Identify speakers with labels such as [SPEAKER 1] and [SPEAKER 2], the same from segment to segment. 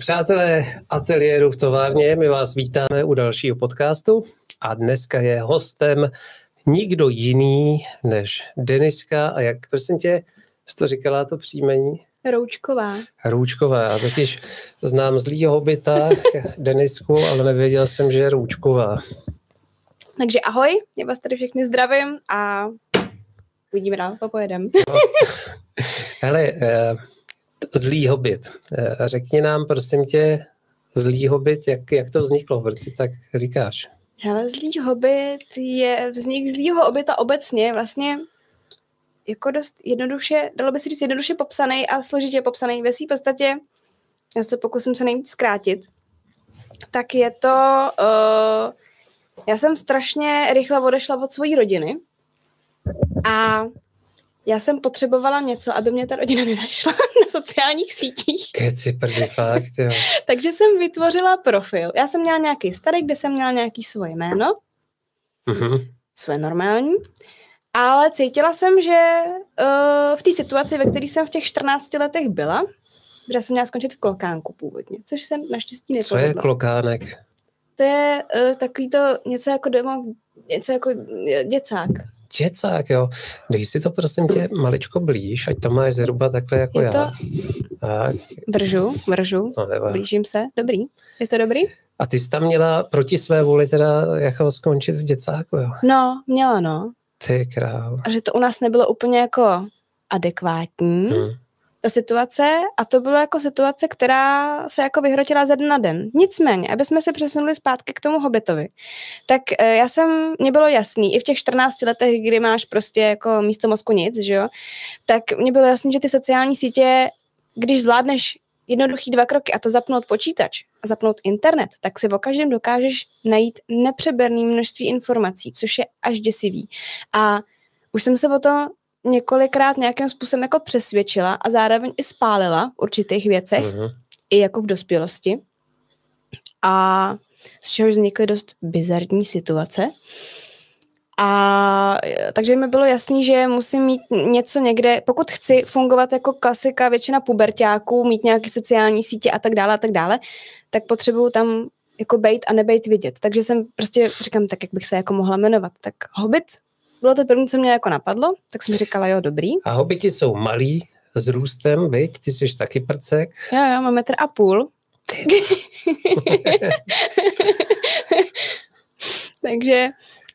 [SPEAKER 1] Přátelé ateliéru v továrně, my vás vítáme u dalšího podcastu a dneska je hostem nikdo jiný než Deniska a jak, prosím tě, jsi to říkala to příjmení? Roučková, já totiž znám zlýho hobita Denisku, ale nevěděl jsem, že je Roučková.
[SPEAKER 2] Takže ahoj, já vás tady všechny zdravím a uvidíme dál, popojedem.
[SPEAKER 1] Hele, zlý hobit. Řekni nám, prosím tě, zlý hobit, jak to vzniklo, proč si tak říkáš?
[SPEAKER 2] Hele, zlý hobit je vznik zlýho hobita obecně vlastně jako dost jednoduše, dalo by se říct jednoduše popsaný a složitě popsaný. Ve svý podstatě, já se pokusím co nejvíc zkrátit, tak je to, já jsem strašně rychle odešla od svojí rodiny a já jsem potřebovala něco, aby mě ta rodina nenašla na sociálních sítích.
[SPEAKER 1] Keci prdy, fakt, jo.
[SPEAKER 2] Takže jsem vytvořila profil. Já jsem měla nějaký starý, kde jsem měla nějaký svoje jméno, svoje normální, ale cítila jsem, že v té situaci, ve které jsem v těch 14 letech byla, že jsem měla skončit v klokánku původně, což se naštěstí nepovedlo.
[SPEAKER 1] Co je klokánek?
[SPEAKER 2] To je takový to něco jako děcák.
[SPEAKER 1] Děcák, jo. Dej si to prosím tě maličko blíž, ať to máš zhruba takhle jako já. Tak.
[SPEAKER 2] Vržu, blížím se, dobrý. Je to dobrý?
[SPEAKER 1] A ty jsi tam měla proti své vůli teda jako skončit v děcáku, jo?
[SPEAKER 2] No, měla, no.
[SPEAKER 1] Ty král.
[SPEAKER 2] A že to u nás nebylo úplně jako adekvátní, ta situace, a to byla jako situace, která se jako vyhrotila ze dne na den. Nicméně, aby jsme se přesunuli zpátky k tomu hobitovi, tak mně bylo jasný, i v těch 14 letech, kdy máš prostě jako místo mozku nic, že jo, tak mně bylo jasný, že ty sociální sítě, když zvládneš jednoduchý 2 kroky a to zapnout počítač a zapnout internet, tak si o každém dokážeš najít nepřeberné množství informací, což je až děsivý. A už jsem se o to několikrát nějakým způsobem jako přesvědčila a zároveň i spálila v určitých věcech, i jako v dospělosti. A z čehož vznikly dost bizarní situace. A takže mi bylo jasný, že musím mít něco někde, pokud chci fungovat jako klasika, většina puberťáků, mít nějaké sociální sítě a tak dále, tak potřebuju tam jako bejt a nebejt vidět. Takže jsem prostě říkám, tak jak bych se jako mohla jmenovat. Tak Hobbit bylo to první, co mě jako napadlo, tak jsem říkala, jo, dobrý.
[SPEAKER 1] A hobiti jsou malí, s růstem, viď? Ty jsi taky prcek.
[SPEAKER 2] Jo, mám 1,5 m. Takže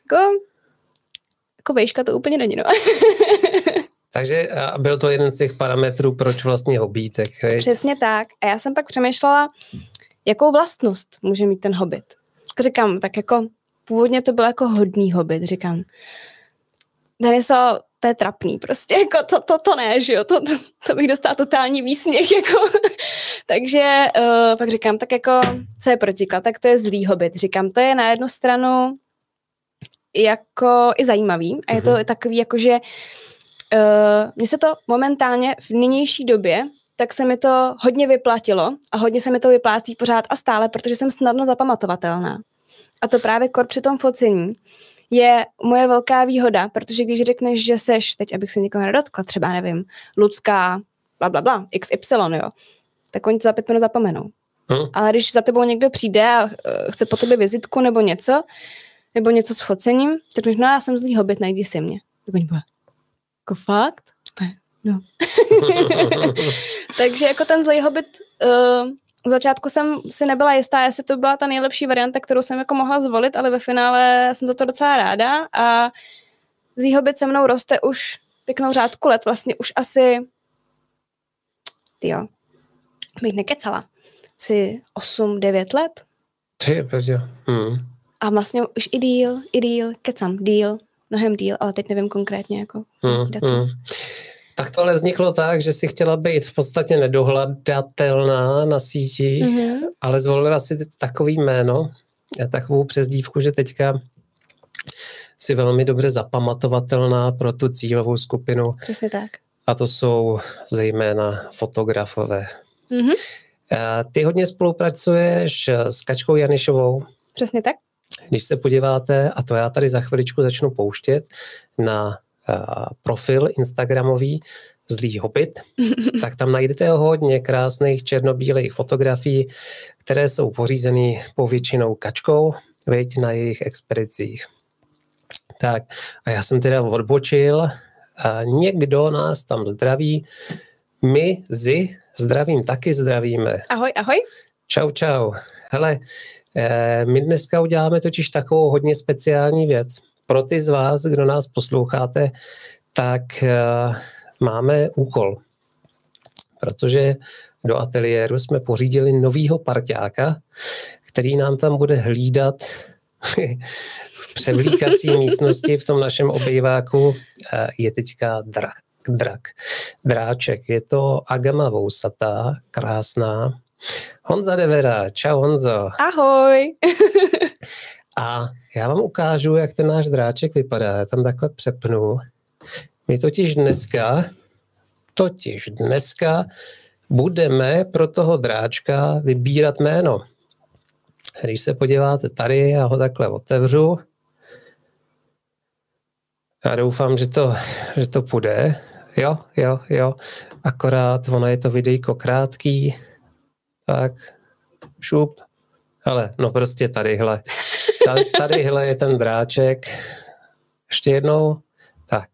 [SPEAKER 2] jako vejška to úplně není, no.
[SPEAKER 1] Takže byl to jeden z těch parametrů, proč vlastně hobítek, viď?
[SPEAKER 2] Přesně tak. A já jsem pak přemýšlela, jakou vlastnost může mít ten hobit. Tak říkám, tak jako původně to byl jako hodný hobit, říkám. Deniso, to je trapný prostě, jako to ne, že jo, to bych dostala totální výsměch, jako. Takže pak říkám, tak jako, co je protiklad, tak to je zlý hobit. Říkám, to je na jednu stranu jako i zajímavý a je to takový, jako že mně se to momentálně v nynější době, tak se mi to hodně vyplatilo a hodně se mi to vyplácí pořád a stále, protože jsem snadno zapamatovatelná. A to právě kor při tom focení je moje velká výhoda, protože když řekneš, že seš, teď abych se někoho nedotkla, třeba nevím, Lucka, blablabla, XY, jo, tak oni to za 5 minut zapomenou. Ale když za tebou někdo přijde a chce po tobě vizitku nebo něco s focením, tak řekneš, no já jsem zlý hobit, najdi si mě. Tak oni bude, jako fakt? No. Takže jako ten zlý hobit, v začátku jsem si nebyla jistá, jestli to byla ta nejlepší varianta, kterou jsem jako mohla zvolit, ale ve finále jsem za to docela ráda a zlý hobit se mnou roste už pěknou řádku let, vlastně už asi, bych nekecala, asi 8-9 let. A vlastně už i díl, kecam, mnohem díl, ale teď nevím konkrétně, jako datum.
[SPEAKER 1] Tak to ale vzniklo tak, že si chtěla být v podstatě nedohledatelná na síti, ale zvolila si takový jméno, takovou přezdívku, že teďka si velmi dobře zapamatovatelná pro tu cílovou skupinu.
[SPEAKER 2] Přesně tak.
[SPEAKER 1] A to jsou zejména fotografové. Ty hodně spolupracuješ s Kačkou Janišovou.
[SPEAKER 2] Přesně tak.
[SPEAKER 1] Když se podíváte, a to já tady za chviličku začnu pouštět, na profil instagramový Zlý hobit, tak tam najdete hodně krásných černobílých fotografií, které jsou pořízeny povětšinou kačkou, viď, na jejich expedicích. Tak a já jsem teda odbočil a někdo nás tam zdraví. My zdravím, taky zdravíme.
[SPEAKER 2] Ahoj, ahoj.
[SPEAKER 1] Čau, čau. Hele, my dneska uděláme totiž takovou hodně speciální věc. Pro ty z vás, kdo nás posloucháte, tak máme úkol. Protože do ateliéru jsme pořídili novýho parťáka, který nám tam bude hlídat v převlíkací místnosti v tom našem obejváku. Je teďka dráček. Je to agama vousatá, krásná. Honza Devera, čau Honzo.
[SPEAKER 2] Ahoj.
[SPEAKER 1] A já vám ukážu, jak ten náš dráček vypadá. Já tam takhle přepnu. My totiž dneska budeme pro toho dráčka vybírat jméno. Když se podíváte tady, já ho takhle otevřu. Já doufám, že to půjde. Jo. Akorát ono je to videjko krátký. Tak, šup. Ale no prostě tadyhle. Tadyhle je ten dráček. Ještě jednou. Tak.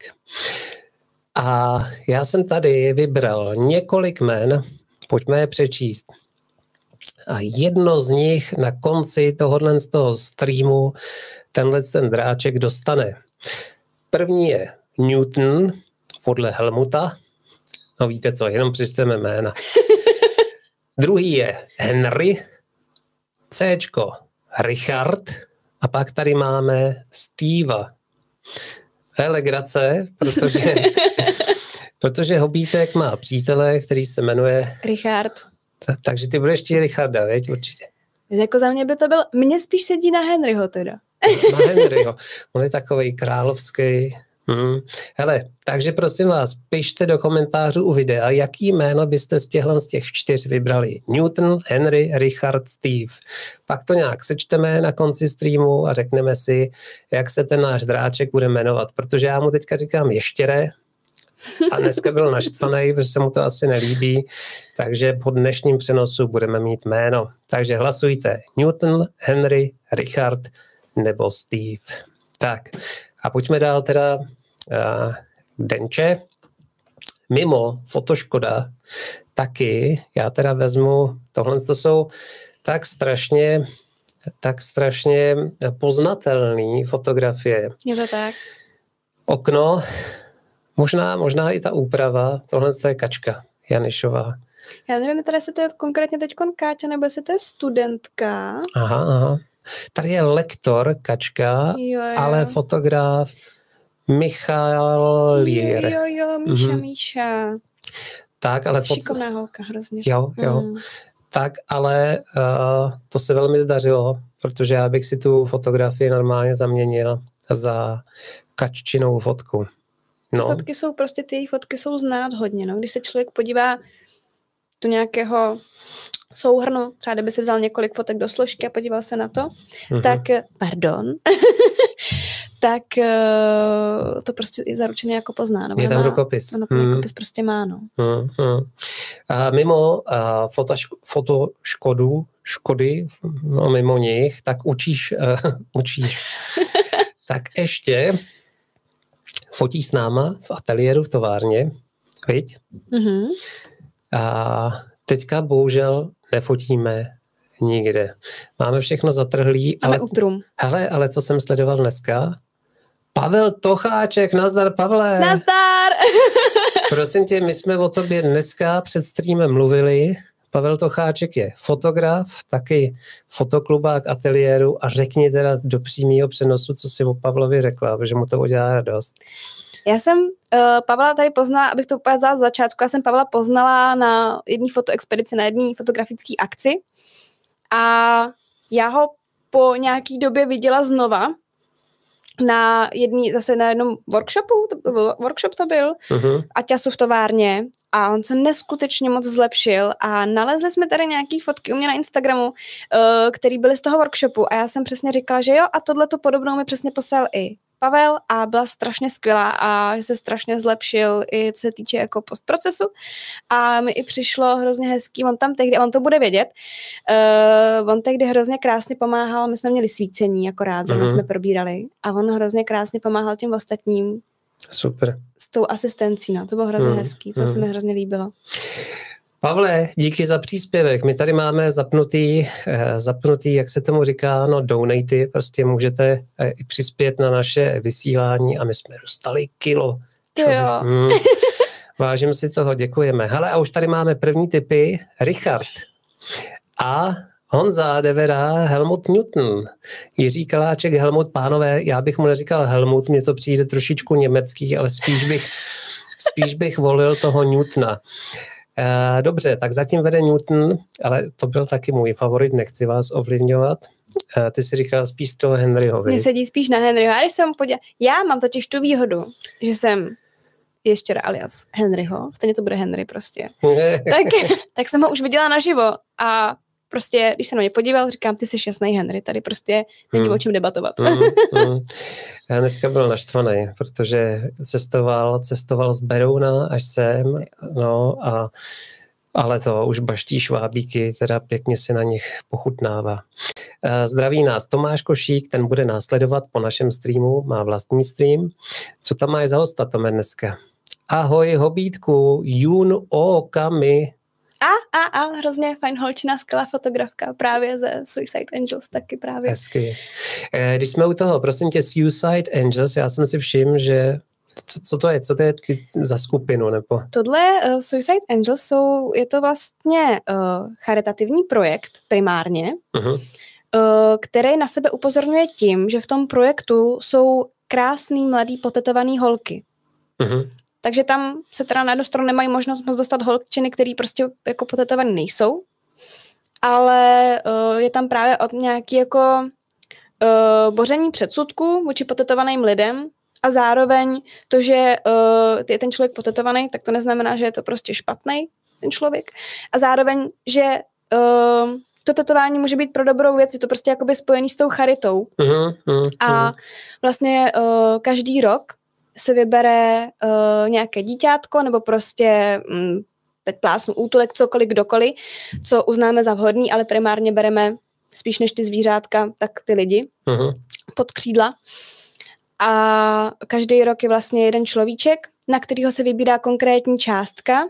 [SPEAKER 1] A já jsem tady vybral několik jmen. Pojďme je přečíst. A jedno z nich na konci tohohle z toho streamu ten dráček dostane. První je Newton podle Helmuta. No víte co, jenom přečteme jména. Druhý je Henry, Cčko Richard a pak tady máme Steva. Legrace, protože Hobítek má přítele, který se jmenuje
[SPEAKER 2] Richard.
[SPEAKER 1] Takže ty budeš chtít Richarda, veď? Určitě.
[SPEAKER 2] Jako za mě by to byl, mně spíš sedí na Henryho teda.
[SPEAKER 1] Na Henryho. On je takovej královský. Hele, takže prosím vás, pište do komentářů u videa, jaký jméno byste z těch 4 vybrali. Newton, Henry, Richard, Steve. Pak to nějak sečteme na konci streamu a řekneme si, jak se ten náš dráček bude jmenovat, protože já mu teďka říkám ještěre a dneska byl naštvaný, protože se mu to asi nelíbí, takže po dnešním přenosu budeme mít jméno. Takže hlasujte Newton, Henry, Richard nebo Steve. Tak a pojďme dál teda Denče. Mimo Fotoškoda taky, já teda vezmu, tohle to jsou tak strašně poznatelné fotografie.
[SPEAKER 2] Je to tak.
[SPEAKER 1] Okno, možná i ta úprava, tohle je Kačka Janišová.
[SPEAKER 2] Já nevím, teda jestli to je konkrétně teď Káťa, nebo jestli to je studentka.
[SPEAKER 1] Aha. Tady je lektor Kačka, jo. Ale fotograf Michal Lír.
[SPEAKER 2] Jo, Míša.
[SPEAKER 1] Tak, ale
[SPEAKER 2] šikovná holka, hrozně.
[SPEAKER 1] Jo. Tak, ale to se velmi zdařilo, protože já bych si tu fotografii normálně zaměnil za Kaččinou fotku. No.
[SPEAKER 2] Ty její fotky jsou znát hodně, no. Když se člověk podívá do nějakého souhrnu, třeba kdyby si vzal několik fotek do složky a podíval se na to, tak, tak to prostě je zaručeně jako pozná. No,
[SPEAKER 1] je tam rukopis.
[SPEAKER 2] Ona ten rukopis prostě má, no.
[SPEAKER 1] A mimo Škody, no mimo nich, tak učíš. Tak ještě fotíš s náma v ateliéru v továrně, viď? A teďka bohužel nefotíme nikde. Máme všechno zatrhlý. Ale co jsem sledoval dneska? Pavel Tocháček, nazdar Pavle.
[SPEAKER 2] Nazdar.
[SPEAKER 1] Prosím tě, my jsme o tobě dneska před streamem mluvili. Pavel Tocháček je fotograf, taky fotoklubák ateliéru a řekni teda do přímého přenosu, co si o Pavlovi řekla, protože mu to udělá radost.
[SPEAKER 2] Já jsem Pavla tady poznala, abych to ukázala z začátku, já jsem Pavla poznala na jedné fotoexpedici, na jedné fotografické akci a já ho po nějaký době viděla znova na jednom workshop to byl, a času v továrně a on se neskutečně moc zlepšil a nalezli jsme tady nějaký fotky u mě na Instagramu, který byly z toho workshopu a já jsem přesně říkala, že jo a tohleto podobnou mi přesně poslal i Pavel a byla strašně skvělá a že se strašně zlepšil i co se týče jako postprocesu a mi i přišlo hrozně hezký, on to bude vědět, on tehdy hrozně krásně pomáhal, my jsme měli svícení akorát, jsme probírali a on hrozně krásně pomáhal těm ostatním.
[SPEAKER 1] Super.
[SPEAKER 2] S tou asistencí, no, to bylo hrozně hezký, to se mi hrozně líbilo.
[SPEAKER 1] Pavle, díky za příspěvek. My tady máme zapnutý, jak se tomu říká, donaty, prostě můžete i přispět na naše vysílání a my jsme dostali kilo. Vážím si toho, děkujeme. Hele, a už tady máme první tipy. Richard a Honza Devera, Helmut Newton. Jiří Kaláček, Helmut, pánové, já bych mu neříkal Helmut, mně to přijde trošičku německý, ale spíš bych volil toho Newtona. Dobře, tak zatím vede Newton, ale to byl taky můj favorit, nechci vás ovlivňovat. Ty si říkal spíš toho Henryho.
[SPEAKER 2] Mně sedí spíš na Henryho. Já mám totiž tu výhodu, že jsem ještě alias Henryho, stejně to bude Henry prostě. tak jsem ho už viděla naživo a prostě, když se na mě podíval, říkám, ty jsi šťastný Henry, tady prostě není o čem debatovat.
[SPEAKER 1] Já dneska byl naštvaný, protože cestoval z Berouna až sem, ale to už baští švábíky, teda pěkně si na nich pochutnává. Zdraví nás Tomáš Košík, ten bude následovat po našem streamu, má vlastní stream. Co tam máš za hosta, Tome, dneska? Ahoj, hobítku, Jun Okami.
[SPEAKER 2] A hrozně fajn holčina, skvělá fotografka právě ze Suicide Angels taky právě.
[SPEAKER 1] Hezky. Když jsme u toho, prosím tě, Suicide Angels, já jsem si všiml, že co to je za skupinu? Nebo?
[SPEAKER 2] Tohle Suicide Angels je to vlastně charitativní projekt primárně, který na sebe upozorňuje tím, že v tom projektu jsou krásný, mladý, potetovaný holky. Takže tam se teda na jednu stranu nemají možnost moc dostat holčiny, který prostě jako potetovaný nejsou, ale je tam právě od nějaký jako boření předsudků vůči potetovaným lidem a zároveň to, že je ten člověk potetovaný, tak to neznamená, že je to prostě špatný ten člověk a zároveň, že to tetování může být pro dobrou věc, je to prostě jakoby spojený s tou charitou. A vlastně každý rok se vybere nějaké dítátko nebo prostě plásnu, útulek, cokoliv, kdokoliv, co uznáme za vhodný, ale primárně bereme spíš než ty zvířátka, tak ty lidi pod křídla. A každý rok je vlastně jeden človíček, na kterýho se vybírá konkrétní částka.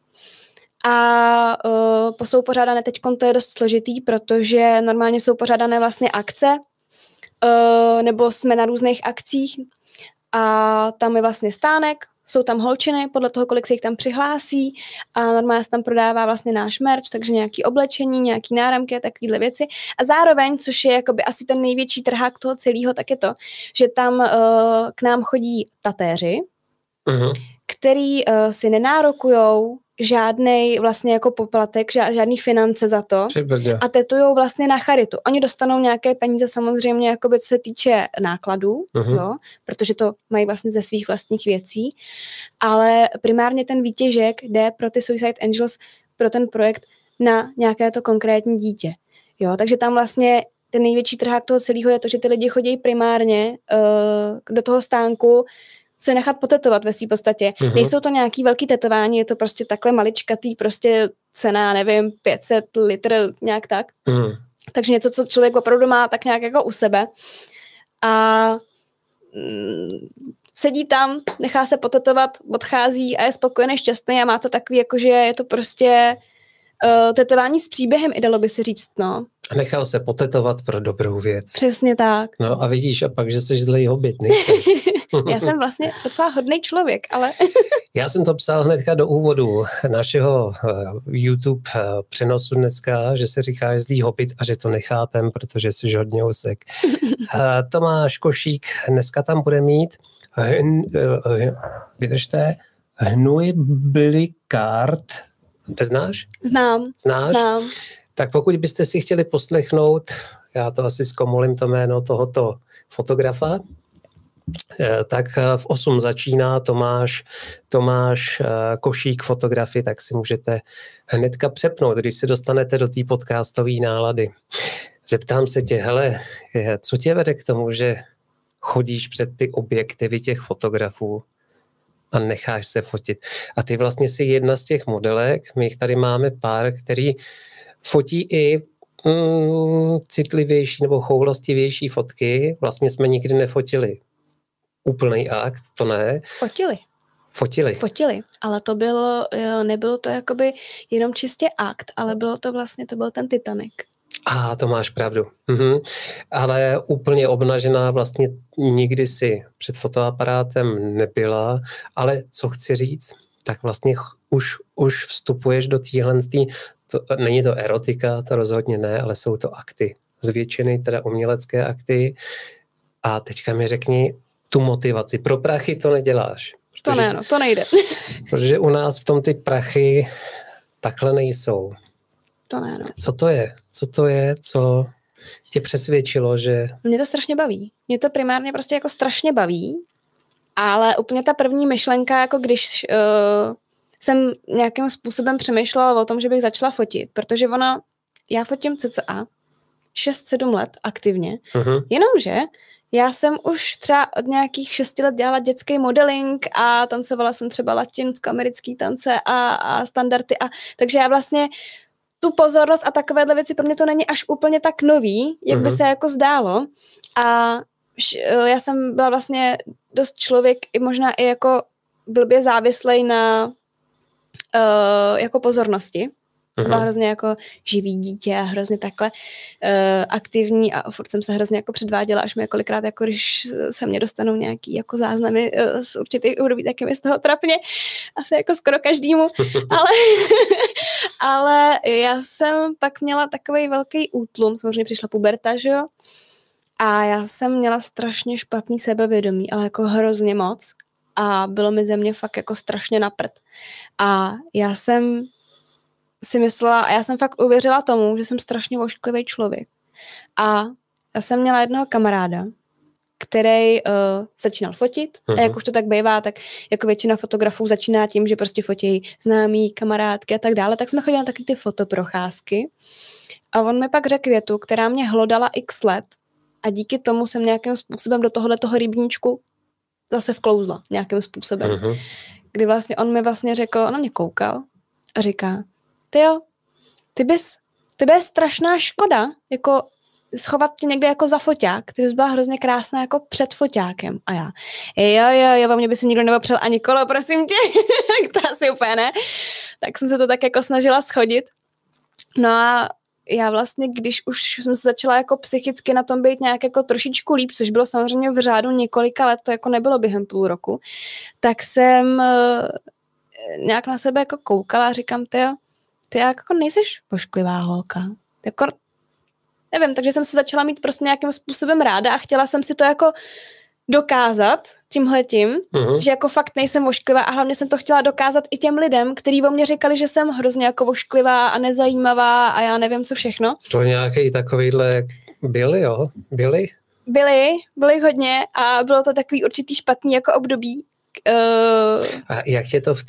[SPEAKER 2] A jsou pořádané, teďkon to je dost složitý, protože normálně jsou pořádané vlastně akce, nebo jsme na různých akcích, a tam je vlastně stánek, jsou tam holčiny, podle toho, kolik se jich tam přihlásí a normálně se tam prodává vlastně náš merch, takže nějaké oblečení, nějaké náramky a takovéhle věci. A zároveň, což je jakoby asi ten největší trhák toho celého, tak je to, že tam k nám chodí tatéři, který si nenárokujou žádnej vlastně jako poplatek, žádný finance za to a tetujou vlastně na charitu. Oni dostanou nějaké peníze samozřejmě, jakoby, co se týče nákladů, jo, protože to mají vlastně ze svých vlastních věcí, ale primárně ten výtěžek jde pro ty Suicide Angels, pro ten projekt na nějaké to konkrétní dítě. Jo, takže tam vlastně ten největší trhák toho celého je to, že ty lidi chodí primárně do toho stánku se nechat potetovat ve své podstatě. Nejsou to nějaký velký tetování, je to prostě takhle maličkatý, prostě cena, nevím, 500 litr, nějak tak. Takže něco, co člověk opravdu má tak nějak jako u sebe. A sedí tam, nechá se potetovat, odchází a je spokojený, šťastný a má to takový, jakože je to prostě tetování s příběhem, i dalo by se říct, no.
[SPEAKER 1] A nechal se potetovat pro dobrou věc.
[SPEAKER 2] Přesně tak.
[SPEAKER 1] No a vidíš, a pak, že jsi zlej hobit, nejsem.
[SPEAKER 2] Já jsem vlastně docela hodnej člověk, ale...
[SPEAKER 1] Já jsem to psal hnedka do úvodu našeho YouTube přenosu dneska, že se říká zlý hobit a že to nechápem, protože jsi hodně husek. Tomáš Košík dneska tam bude mít vydržte, Hnujblikard. Ty znáš?
[SPEAKER 2] Znám.
[SPEAKER 1] Znám. Tak pokud byste si chtěli poslechnout, já to asi zkomolím to jméno tohoto fotografa, tak v 8 začíná Tomáš Košík fotografii, tak si můžete hnedka přepnout, když se dostanete do té podcastové nálady. Zeptám se tě, hele, co tě vede k tomu, že chodíš před ty objektivy těch fotografů a necháš se fotit. A ty vlastně jsi jedna z těch modelek, my jich tady máme pár, který fotí i citlivější nebo choulostivější fotky. Vlastně jsme nikdy nefotili úplný akt, to ne. Fotili,
[SPEAKER 2] ale to bylo, nebylo to jakoby jenom čistě akt, ale bylo to vlastně, to byl ten Titanic.
[SPEAKER 1] To máš pravdu. Ale úplně obnažená vlastně nikdy si před fotoaparátem nebyla, ale co chci říct, tak vlastně už vstupuješ do téhlenství, není to erotika, to rozhodně ne, ale jsou to akty. Z většiny teda umělecké akty. A teďka mi řekni tu motivaci. Pro prachy to neděláš.
[SPEAKER 2] To ne, no, to nejde.
[SPEAKER 1] Protože u nás v tom ty prachy takhle nejsou.
[SPEAKER 2] To ne, no.
[SPEAKER 1] Co to je, co tě přesvědčilo, že...
[SPEAKER 2] Mě to strašně baví. Mě to primárně prostě jako strašně baví, ale úplně ta první myšlenka, jako když jsem nějakým způsobem přemýšlela o tom, že bych začala fotit, protože já fotím cca 6-7 let aktivně, jenomže já jsem už třeba od nějakých 6 let dělala dětský modeling a tancovala jsem třeba latinsko-americký tance a standardy, takže já vlastně tu pozornost a takovéhle věci, pro mě to není až úplně tak nový, jak by se jako zdálo. A já jsem byla vlastně dost člověk i možná i jako blbě závislej na jako pozornosti. To byla hrozně jako živý dítě a hrozně takhle aktivní a furt jsem se hrozně jako předváděla, až mi kolikrát, jako když se mě dostanou nějaký jako záznamy z určitých období, tak je mi z toho trapně, asi jako skoro každému, ale já jsem pak měla takovej velký útlum, samozřejmě přišla puberta, že jo, a já jsem měla strašně špatný sebevědomí, ale jako hrozně moc a bylo mi ze mě fakt jako strašně na prd. A já jsem si myslela, a já jsem fakt uvěřila tomu, že jsem strašně ošklivý člověk. A já jsem měla jednoho kamaráda, který začínal fotit a jak už to tak bývá, tak jako většina fotografů začíná tím, že prostě fotí známí, kamarádky a tak dále, tak jsme chodili na taky ty fotoprocházky a on mi pak řekl větu, která mě hlodala x let a díky tomu jsem nějakým způsobem do tohohletoho rybníčku zase vklouzla nějakým způsobem. Kdy vlastně on mi vlastně řekl, on na mě koukal a říká, tyjo, tebe je strašná škoda, jako schovat tě někde jako za foťák, ty bys byla hrozně krásná jako před foťákem. A jo, o mě by si nikdo neopřel ani kolo, prosím tě, to asi úplně ne. Tak jsem se to tak jako snažila schodit. No a já vlastně, když už jsem se začala jako psychicky na tom být nějak jako trošičku líp, což bylo samozřejmě v řádu několika let, to jako nebylo během půl roku, tak jsem nějak na sebe jako koukala a říkám, ty jako nejseš pošklivá holka. Jako, nevím, takže jsem se začala mít prostě nějakým způsobem ráda a chtěla jsem si to jako dokázat tímhletím, že jako fakt nejsem ošklivá a hlavně jsem to chtěla dokázat i těm lidem, kteří o mě říkali, že jsem hrozně jako ošklivá a nezajímavá a já nevím co všechno.
[SPEAKER 1] To nějaký takovýhle byli, jo?
[SPEAKER 2] Byli hodně a bylo to takový určitý špatný jako období.
[SPEAKER 1] A jak tě to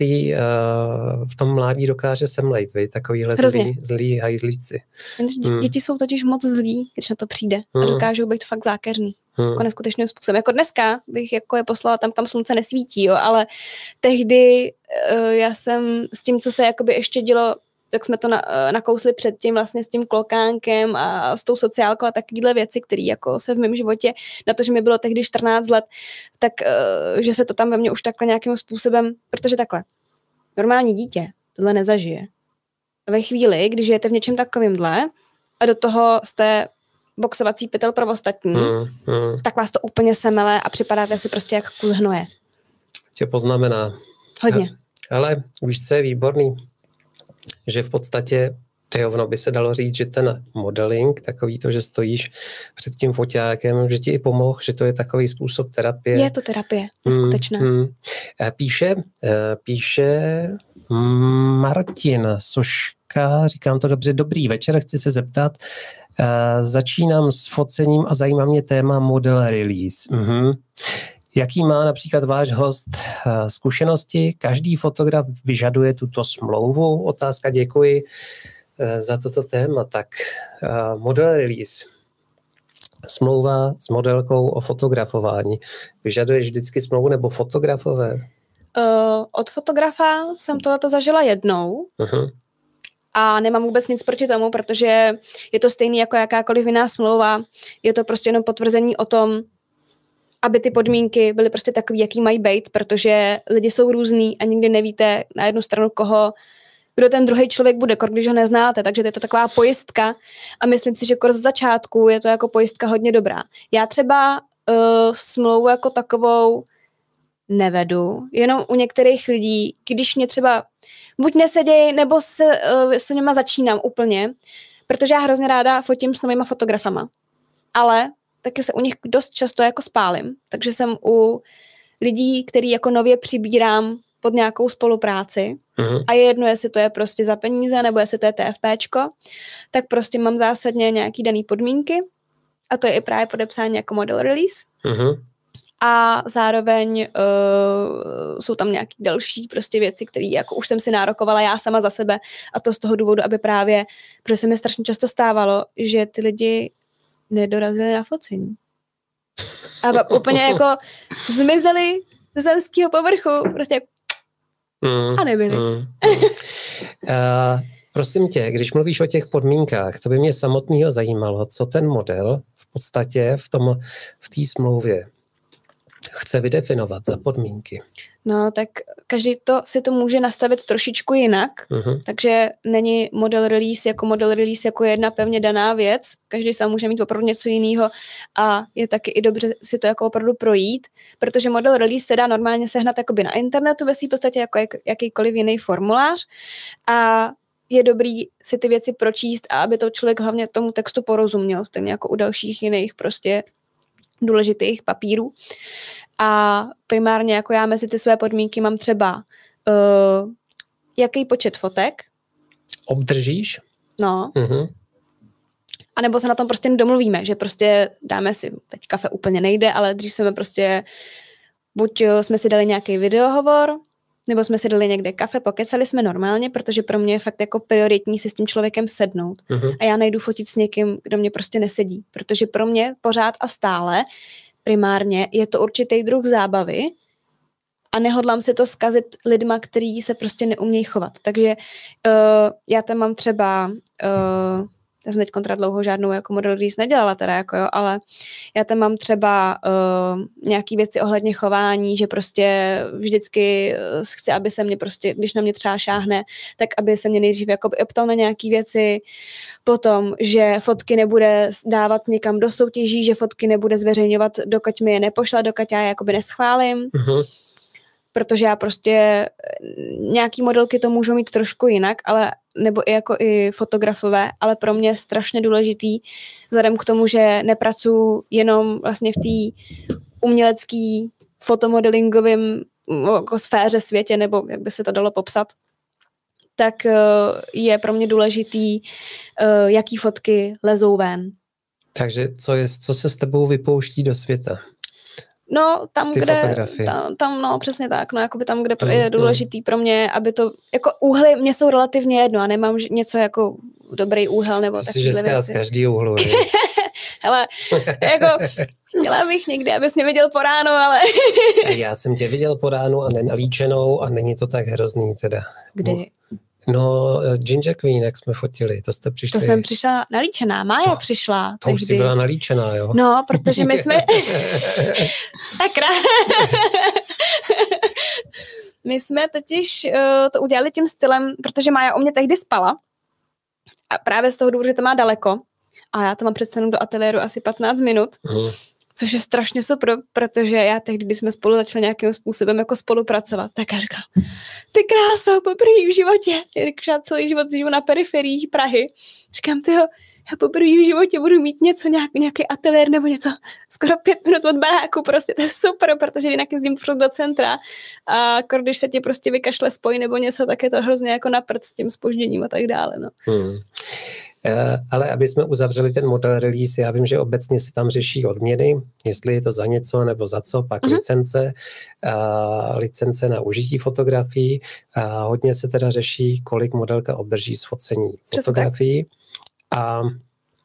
[SPEAKER 1] v tom mládí dokáže semlejt, vy? Takovýhle zlí hajzlíci.
[SPEAKER 2] Děti jsou totiž moc zlí, když na to přijde a dokážou být fakt zákeřný. Jako neskutečným způsobem. Jako dneska bych jako je poslala tam, kam slunce nesvítí, jo, ale tehdy já jsem s tím, co se jakoby ještě dělo, tak jsme to nakousli předtím vlastně s tím klokánkem a s tou sociálkou a takovýhle věci, které jako se v mém životě, na to, že mi bylo tehdy 14 let, tak že se to tam ve mně už takhle nějakým způsobem, protože takhle, normální dítě tohle nezažije. Ve chvíli, když žijete v něčem takovýmhle a do toho jste boxovací pytel pro ostatní, tak vás to úplně semele a připadáte si prostě jak kus hnoje.
[SPEAKER 1] Tě poznamená.
[SPEAKER 2] Hodně.
[SPEAKER 1] Ale víš, co je výborný? Že v podstatě ono by se dalo říct, že ten modeling, takový to, že stojíš před tím foťákem, že ti i pomohl, že to je takový způsob terapie.
[SPEAKER 2] Je to terapie, neskutečná.
[SPEAKER 1] Píše Martin Soška, říkám to dobře, dobrý večer, chci se zeptat, začínám s focením a zajímá mě téma model release. Jaký má například váš host zkušenosti? Každý fotograf vyžaduje tuto smlouvu? Otázka, děkuji za toto téma. Tak model release. smlouva s modelkou o fotografování. Vyžaduješ vždycky smlouvu nebo fotografové?
[SPEAKER 2] Od fotografa jsem tohleto zažila jednou a nemám vůbec nic proti tomu, protože je to stejný jako jakákoliv jiná smlouva. Je to prostě jenom potvrzení o tom, aby ty podmínky byly prostě takový, jaký mají být, protože lidi jsou různý a nikdy nevíte na jednu stranu kdo ten druhý člověk bude, když ho neznáte, takže to je to taková pojistka a myslím si, že z začátku je to jako pojistka hodně dobrá. Já třeba smlouvu jako takovou nevedu, jenom u některých lidí, když mě třeba buď nesedějí, nebo se něma začínám úplně, protože já hrozně ráda fotím s novýma fotografama, ale taky se u nich dost často jako spálím, takže jsem u lidí, který jako nově přibírám pod nějakou spolupráci a je jedno, jestli to je prostě za peníze, nebo jestli to je TFPčko, tak prostě mám zásadně nějaký daný podmínky a to je i právě podepsání jako model release. A zároveň jsou tam nějaké další prostě věci, které jako už jsem si nárokovala já sama za sebe a to z toho důvodu, aby právě, protože se mi strašně často stávalo, že ty lidi nedorazili na focení. A pak úplně jako zmizeli z zemského povrchu, prostě a nebyli.
[SPEAKER 1] Prosím tě, když mluvíš o těch podmínkách, to by mě samotného zajímalo, co ten model v podstatě v té smlouvě chce vydefinovat za podmínky.
[SPEAKER 2] No, tak každý si to může nastavit trošičku jinak, takže není model release jako jedna pevně daná věc, každý sám může mít opravdu něco jiného a je taky i dobře si to jako opravdu projít, protože model release se dá normálně sehnat jakoby na internetu ve svým podstatě jako jakýkoliv jiný formulář a je dobrý si ty věci pročíst a aby to člověk hlavně tomu textu porozuměl, stejně jako u dalších jiných prostě důležitých papírů. A primárně jako já mezi ty své podmínky mám třeba jaký počet fotek.
[SPEAKER 1] Obdržíš?
[SPEAKER 2] No. A nebo se na tom prostě domluvíme, že prostě dáme si, teď kafe úplně nejde, ale dřív jsme prostě, buď jsme si dali nějaký videohovor, nebo jsme si dali někde kafe, pokecali jsme normálně, protože pro mě je fakt jako prioritní si s tím člověkem sednout. A já nejdu fotit s někým, kdo mě prostě nesedí, protože pro mě pořád a stále primárně je to určitý druh zábavy a nehodlám si to zkazit lidma, kteří se prostě neumějí chovat. Takže já tam mám třeba, já jsem teď dlouho žádnou jako model release nedělala teda, jako jo, ale já tam mám třeba nějaký věci ohledně chování, že prostě vždycky chci, aby se mě prostě, když na mě třeba šáhne, tak aby se mě nejdřív jako optal na nějaký věci, potom, že fotky nebude dávat někam do soutěží, že fotky nebude zveřejňovat, dokud mi je nepošle, dokud já je jakoby neschválím. Protože já prostě nějaký modelky to můžou mít trošku jinak, ale nebo i fotografové, ale pro mě je strašně důležitý, vzhledem k tomu, že nepracuji jenom vlastně v té umělecký fotomodelingovém jako sféře světě, nebo jak by se to dalo popsat, tak je pro mě důležitý, jaký fotky lezou ven.
[SPEAKER 1] Takže co se s tebou vypouští do světa?
[SPEAKER 2] No, tam, přesně tak, no, jakoby tam, kde je důležitý pro mě, aby to, jako úhly mě jsou relativně jedno a nemám něco jako dobrý úhel, nebo takovýhle věci.
[SPEAKER 1] Z každý úhlu.
[SPEAKER 2] Hele, jako, měla bych někdy, abys mě viděl po ránu, ale...
[SPEAKER 1] Já jsem tě viděl po ránu a nenalíčenou a není to tak hrozný teda.
[SPEAKER 2] Kdy?
[SPEAKER 1] No, Ginger Queen, jak jsme fotili, to jste přišli.
[SPEAKER 2] To jsem přišla nalíčená, Mája přišla.
[SPEAKER 1] To už jsi byla nalíčená, jo?
[SPEAKER 2] No, protože my jsme... Sakra. My jsme totiž to udělali tím stylem, protože Mája u mě tehdy spala a právě z toho důvodu, že to má daleko a já to mám přece do ateliéru asi 15 minut, což je strašně super, protože já tehdy, když jsme spolu začali nějakým způsobem jako spolupracovat, tak já říkám, ty kráso, poprvé v životě, já celý život žiju na periferiích Prahy, říkám, tyjo, já poprvé v životě budu mít něco, nějaký ateliér nebo něco, skoro 5 minut od baráku, prostě to je super, protože jinak jezdím furt do centra a když se ti prostě vykašle spoj nebo něco, tak je to hrozně jako na prd s tím zpožděním a tak dále, no.
[SPEAKER 1] Ale aby jsme uzavřeli ten model release, já vím, že obecně se tam řeší odměny, jestli je to za něco nebo za co, pak licence na užití fotografií a hodně se teda řeší, kolik modelka obdrží z focení fotografií. A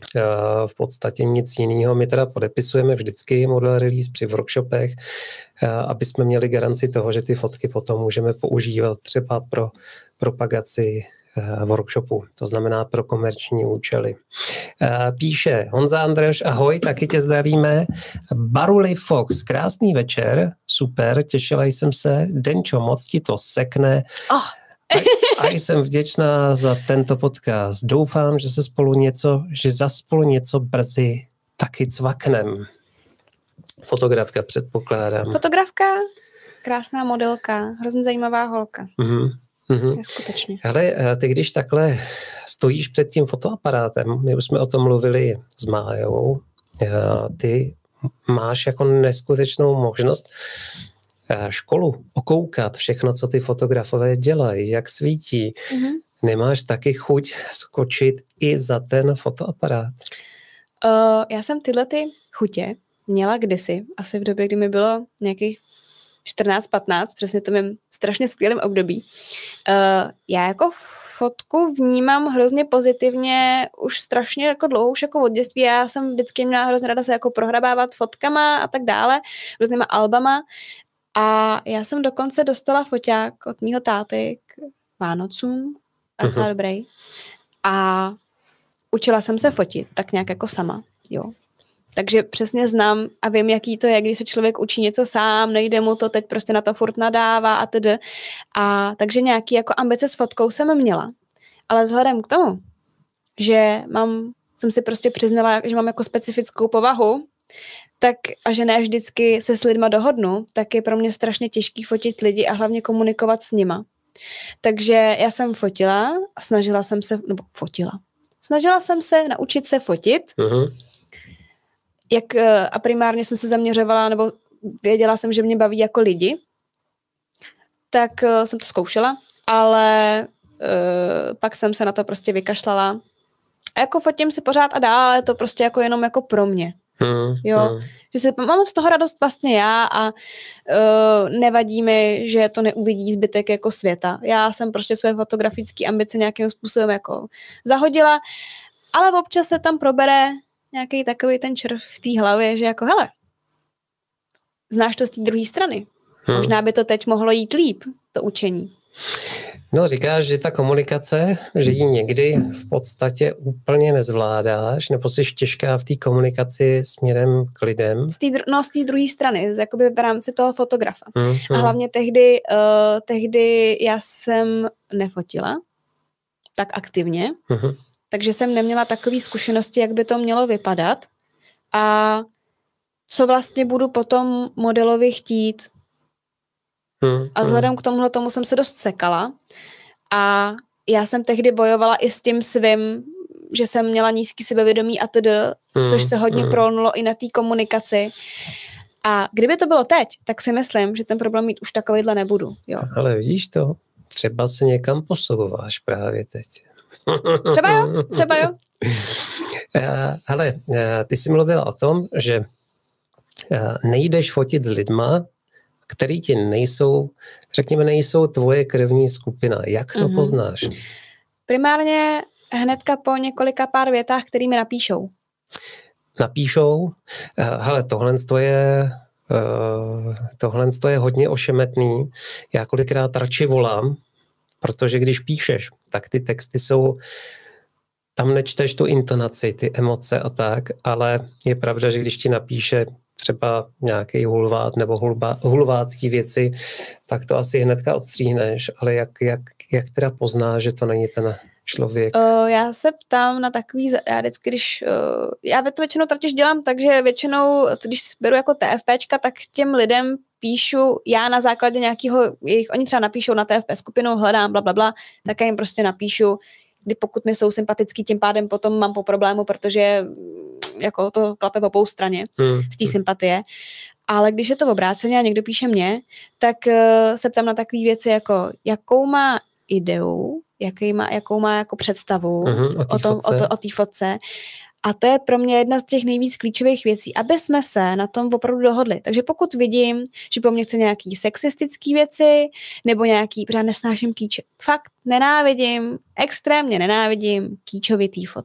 [SPEAKER 1] v podstatě nic jiného. My teda podepisujeme vždycky model release při workshopech, aby jsme měli garanci toho, že ty fotky potom můžeme používat třeba pro propagaci workshopu, to znamená pro komerční účely. Píše Honza Andreš, ahoj, taky tě zdravíme. Baruli Fox, krásný večer, super, těšila jsem se. Denčo, moc ti to sekne. A jsem vděčná za tento podcast. Doufám, že za spolu něco brzy taky cvaknem. Fotografka, předpokládám.
[SPEAKER 2] Fotografka, krásná modelka, hrozně zajímavá holka. Skutečně.
[SPEAKER 1] Ale ty, když takhle stojíš před tím fotoaparátem, my už jsme o tom mluvili s Májou, ty máš jako neskutečnou možnost školu okoukat všechno, co ty fotografové dělají, jak svítí. Nemáš taky chuť skočit i za ten fotoaparát?
[SPEAKER 2] Já jsem tyhle ty chutě měla kdysi, asi v době, kdy mi bylo nějakých 14-15, přesně to mým strašně skvělým období. Já jako fotku vnímám hrozně pozitivně už strašně jako dlouho, už jako od dětství. Já jsem vždycky měla hrozně ráda se jako prohrabávat fotkama a tak dále, různýma albama. A já jsem dokonce dostala foťák od mýho táty k Vánocům, docela dobrý. A učila jsem se fotit, tak nějak jako sama, jo. Takže přesně znám a vím, jaký to je, když se člověk učí něco sám, nejde mu to, teď prostě na to furt nadává a tedy. A takže nějaký jako ambice s fotkou jsem měla. Ale vzhledem k tomu, že jsem si prostě přiznala, že mám jako specifickou povahu, tak a že ne vždycky se s lidma dohodnu, tak je pro mě strašně těžký fotit lidi a hlavně komunikovat s nima. Takže já jsem fotila a snažila jsem se naučit se fotit. A primárně jsem se zaměřovala, nebo věděla jsem, že mě baví jako lidi, tak jsem to zkoušela, ale pak jsem se na to prostě vykašlala. A jako fotím si pořád a dál, ale to prostě jako jenom jako pro mě. Jo, že mám z toho radost vlastně já a nevadí mi, že to neuvidí zbytek jako světa. Já jsem prostě své fotografické ambice nějakým způsobem jako zahodila, ale občas se tam probere nějaký takový ten červ v té hlavě, že jako hele, znáš to z té druhé strany. Možná by to teď mohlo jít líp, to učení.
[SPEAKER 1] No, říkáš, že ta komunikace, že ji někdy v podstatě úplně nezvládáš, nebo jsi těžká v té komunikaci směrem k lidem?
[SPEAKER 2] Z té druhé strany, jakoby v rámci toho fotografa. A hlavně tehdy já jsem nefotila tak aktivně, takže jsem neměla takové zkušenosti, jak by to mělo vypadat a co vlastně budu potom modelovi chtít. A vzhledem k tomu jsem se dost sekala a já jsem tehdy bojovala i s tím svým, že jsem měla nízký sebevědomí a tedy, což se hodně prolnulo i na té komunikaci. A kdyby to bylo teď, tak si myslím, že ten problém mít už takovýhle nebudu. Jo.
[SPEAKER 1] Ale vidíš to, třeba se někam posouváš právě teď.
[SPEAKER 2] Třeba jo.
[SPEAKER 1] Ale ty jsi mluvila o tom, že nejdeš fotit s lidma, který ti nejsou tvoje krevní skupina. Jak to poznáš?
[SPEAKER 2] Primárně hnedka po několika pár větách, který mi napíšou.
[SPEAKER 1] Napíšou? Hele, tohle je hodně ošemetný. Já kolikrát radši volám, protože když píšeš, tak ty texty jsou, tam nečteš tu intonaci, ty emoce a tak, ale je pravda, že když ti napíše třeba nějaký hulvát nebo hulvácký věci, tak to asi hnedka odstříhneš, ale jak teda poznáš, že to není ten člověk?
[SPEAKER 2] Já se ptám na takový, já to většinou totiž dělám tak, že většinou, když beru jako TFPčka, tak těm lidem píšu, já na základě nějakého, oni třeba napíšou na TFP skupinu, hledám blablabla, tak já jim prostě napíšu, kdy pokud mi jsou sympatický, tím pádem potom mám po problému, protože jako to klape v obou straně z té sympatie. Ale když je to obráceně a někdo píše mě, tak se ptám na takové věci jako, jakou má ideu, jakou má jako představu o té fotce. A to je pro mě jedna z těch nejvíc klíčových věcí, aby jsme se na tom opravdu dohodli. Takže pokud vidím, že po mně chce nějaký sexistický věci, nebo nějaký, protože nesnáším kýče. Fakt extrémně nenávidím kýčovitý fotky.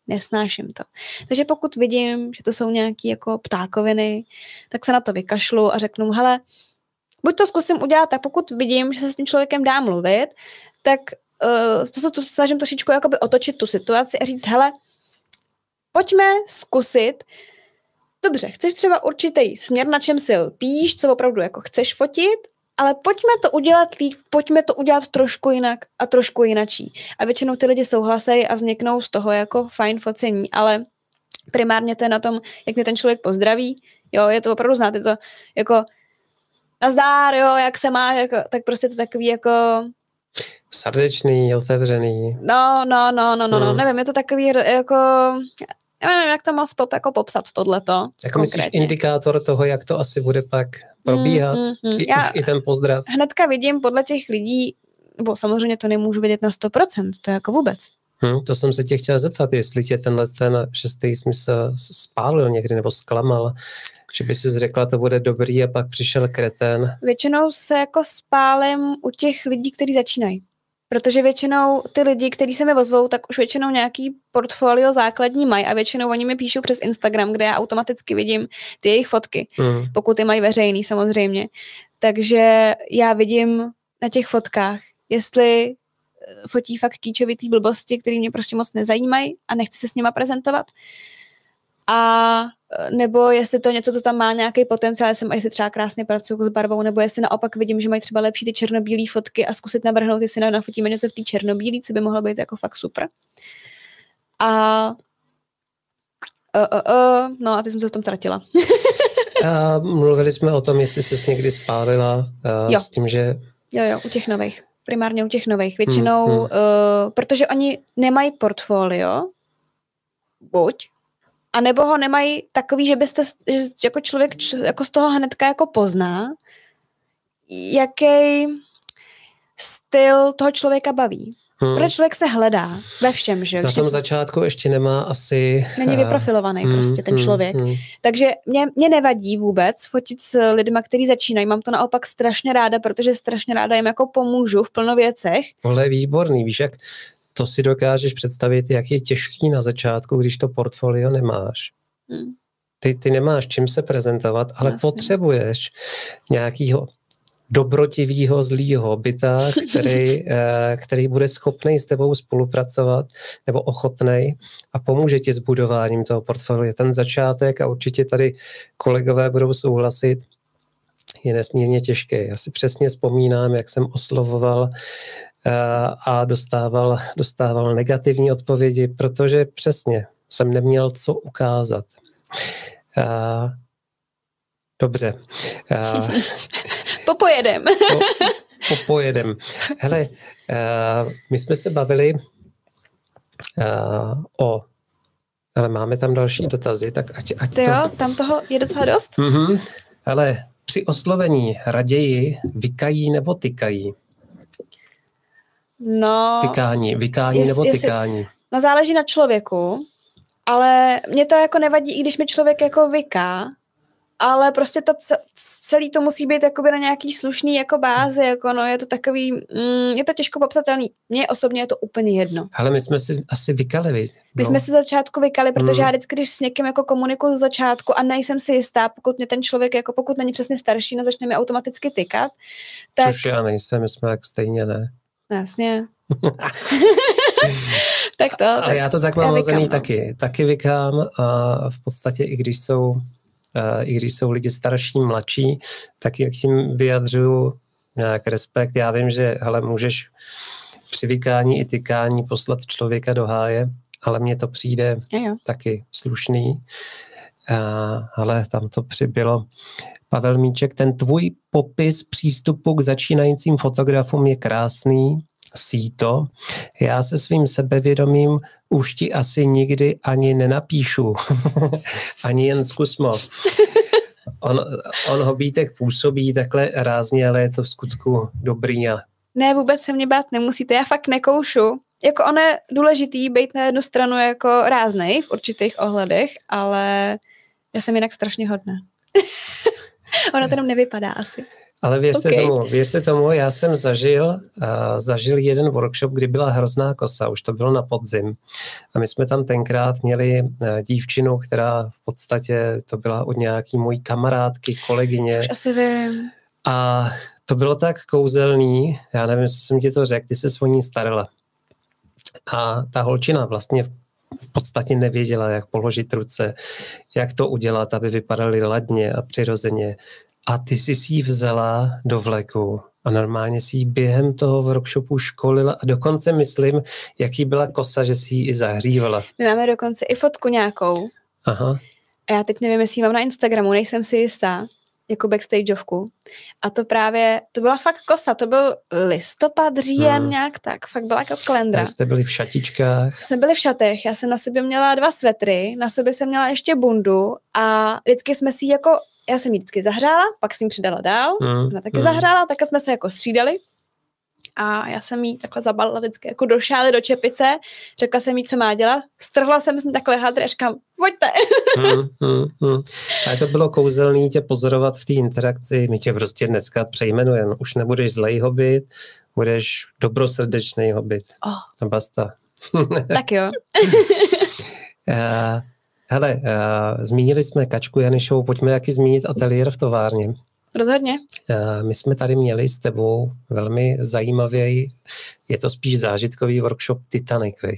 [SPEAKER 2] nesnáším to. Takže pokud vidím, že to jsou nějaký jako ptákoviny, tak se na to vykašlu a řeknu, hele, buď to zkusím udělat, tak pokud vidím, že se s tím člověkem dá mluvit, tak to se snažím trošičku jakoby otočit tu situaci a říct, hele, pojďme zkusit. Dobře, chceš třeba určitý směr, na čem si lpíš, co opravdu jako chceš fotit, ale pojďme to udělat líp, pojďme to udělat trošku jinak a trošku jinačí. A většinou ty lidi souhlasejí a vzniknou z toho jako fajn focení, ale primárně to je na tom, jak mě ten člověk pozdraví. Jo, je to opravdu znát, je to jako nazdár, jo, jak se má, jako, tak prostě to takový jako
[SPEAKER 1] srdečný, otevřený.
[SPEAKER 2] No, nevím, je to takový jako, já nevím, jak to moc jako popsat tohleto.
[SPEAKER 1] Jako myslíš indikátor toho, jak to asi bude pak probíhat? I ten pozdrav?
[SPEAKER 2] Hnedka vidím podle těch lidí, nebo samozřejmě to nemůžu vidět na 100%, to je jako vůbec.
[SPEAKER 1] To jsem se tě chtěla zeptat, jestli tě ten šestý smysl spálil někdy nebo zklamal, že by si řekla, to bude dobrý a pak přišel kretén.
[SPEAKER 2] Většinou se jako spálím u těch lidí, kteří začínají. Protože většinou ty lidi, kteří se mi ozvou, tak už většinou nějaký portfolio základní mají a většinou oni mi píšou přes Instagram, kde já automaticky vidím ty jejich fotky, pokud je mají veřejný samozřejmě. Takže já vidím na těch fotkách, jestli fotí fakt kýčovitý blbosti, které mě prostě moc nezajímají a nechci se s nima prezentovat. A nebo jestli to něco, co tam má nějaký potenciál, jestli třeba krásně pracuju s barvou, nebo jestli naopak vidím, že mají třeba lepší ty černobílé fotky a zkusit navrhnout, jestli nafotíme něco v té černobílé, co by mohlo být jako fakt super. No a ty jsem se v tom tratila.
[SPEAKER 1] Mluvili jsme o tom, jestli jsi někdy spálila s tím, že...
[SPEAKER 2] Jo, u těch nových. Primárně u těch nových. Většinou, protože oni nemají portfolio, buď, a nebo ho nemají takový, že byste jako člověk jako z toho hnedka jako pozná, jaký styl toho člověka baví. Protože člověk se hledá ve všem, že?
[SPEAKER 1] Na tom začátku ještě nemá asi...
[SPEAKER 2] Není vyprofilovaný prostě ten člověk. Takže mě nevadí vůbec fotit s lidma, kteří začínají. Mám to naopak strašně ráda, protože strašně ráda jim jako pomůžu v plno věcech.
[SPEAKER 1] Tohle je výborný, víš, jak to si dokážeš představit, jak je těžký na začátku, když to portfolio nemáš. Ty nemáš čím se prezentovat, ale Jasně. potřebuješ nějakýho dobrotivýho, zlýho byta, který bude schopný s tebou spolupracovat nebo ochotnej a pomůže ti s budováním toho portfolia. Ten začátek, a určitě tady kolegové budou souhlasit, je nesmírně těžký. Já si přesně vzpomínám, jak jsem oslovoval a dostával negativní odpovědi, protože přesně jsem neměl co ukázat. Dobře.
[SPEAKER 2] Popojedem.
[SPEAKER 1] Popojedem. Hele, my jsme se bavili ale máme tam další dotazy, tak ať to...
[SPEAKER 2] Jo, tam toho je docela dost.
[SPEAKER 1] Hele, při oslovení raději vykají nebo tykají?
[SPEAKER 2] No...
[SPEAKER 1] Vykání nebo tykání?
[SPEAKER 2] No záleží na člověku, ale mě to jako nevadí, i když mi člověk jako vyká, ale prostě celý to musí být jakoby na nějaký slušný jako bázi, jako no je to takový, je to těžko popsatelný. Mně osobně je to úplně jedno.
[SPEAKER 1] Ale my jsme si asi vykali,
[SPEAKER 2] My jsme si začátku vykali, protože já vždycky, když s někým jako komunikuju z začátku a nejsem si jistá, pokud mě ten člověk, jako pokud není přesně starší, začne mi automaticky tykat, tak...
[SPEAKER 1] Což já nejsem, my jsme jak stejně, ne?
[SPEAKER 2] Jasně. Tak to.
[SPEAKER 1] Ale já to tak mám hozený taky vykám a v podstatě i když jsou lidi starší, mladší, tak jak tím vyjadřuju nějak respekt. Já vím, že můžeš při vykání i tykání poslat člověka do háje, ale mně to přijde taky slušný. Ale tam to přibylo. Pavel Míček, ten tvůj popis přístupu k začínajícím fotografům je krásný, síto. Já se svým sebevědomím už ti asi nikdy ani nenapíšu. Ani jen zkusmo. On Hobítek působí takhle rázně, ale je to v skutku dobrý.
[SPEAKER 2] Ne, vůbec se mě bát nemusíte, já fakt nekoušu. Jako ono je důležitý být na jednu stranu jako ráznej v určitých ohledech, ale já jsem jinak strašně hodná. Ono to jenom nevypadá asi.
[SPEAKER 1] Ale věřte tomu, já jsem zažil jeden workshop, kdy byla hrozná kosa, už to bylo na podzim. A my jsme tam tenkrát měli dívčinu, která v podstatě to byla od nějaký mojí kamarádky, kolegyně.
[SPEAKER 2] Už asi vím.
[SPEAKER 1] A to bylo tak kouzelný, já nevím, jestli jsem ti to řekl, ty se o ní starala. A ta holčina vlastně v podstatě nevěděla, jak položit ruce, jak to udělat, aby vypadaly ladně a přirozeně. A ty jsi si ji vzala do vleku a normálně si ji během toho workshopu školila a dokonce myslím, jaký byla kosa, že si ji i zahřívala.
[SPEAKER 2] My máme dokonce i fotku nějakou.
[SPEAKER 1] Aha.
[SPEAKER 2] A já teď nevím, jestli ji mám na Instagramu, nejsem si jistá, jako backstageovku. A to byla fakt kosa, to byl listopad, říjen, nějak tak, fakt byla jako kalendra.
[SPEAKER 1] A jste byli v šatičkách?
[SPEAKER 2] Jsme byli v šatech, já jsem na sobě měla 2 svetry, na sobě jsem měla ještě bundu a vždycky jsme si jako, já jsem ji vždycky zahřála, pak jsem ji přidala dál, ona taky zahřála, takhle jsme se jako střídali. A já jsem jí takhle zabalila vždycky jako do šály, do čepice, řekla jsem jí, co má dělat, strhla jsem s ní takhle hadry a říkám, pojďte.
[SPEAKER 1] A to bylo kouzelný tě pozorovat v té interakci, my tě prostě dneska přejmenujeme, už nebudeš zlej hobit, budeš dobrosrdečný hobit. A basta.
[SPEAKER 2] Tak jo.
[SPEAKER 1] Hele, zmínili jsme Kačku Janišovou, pojďme taky zmínit ateliér v továrně.
[SPEAKER 2] Rozhodně.
[SPEAKER 1] My jsme tady měli s tebou velmi zajímavý, je to spíš zážitkový workshop Titanic, veď?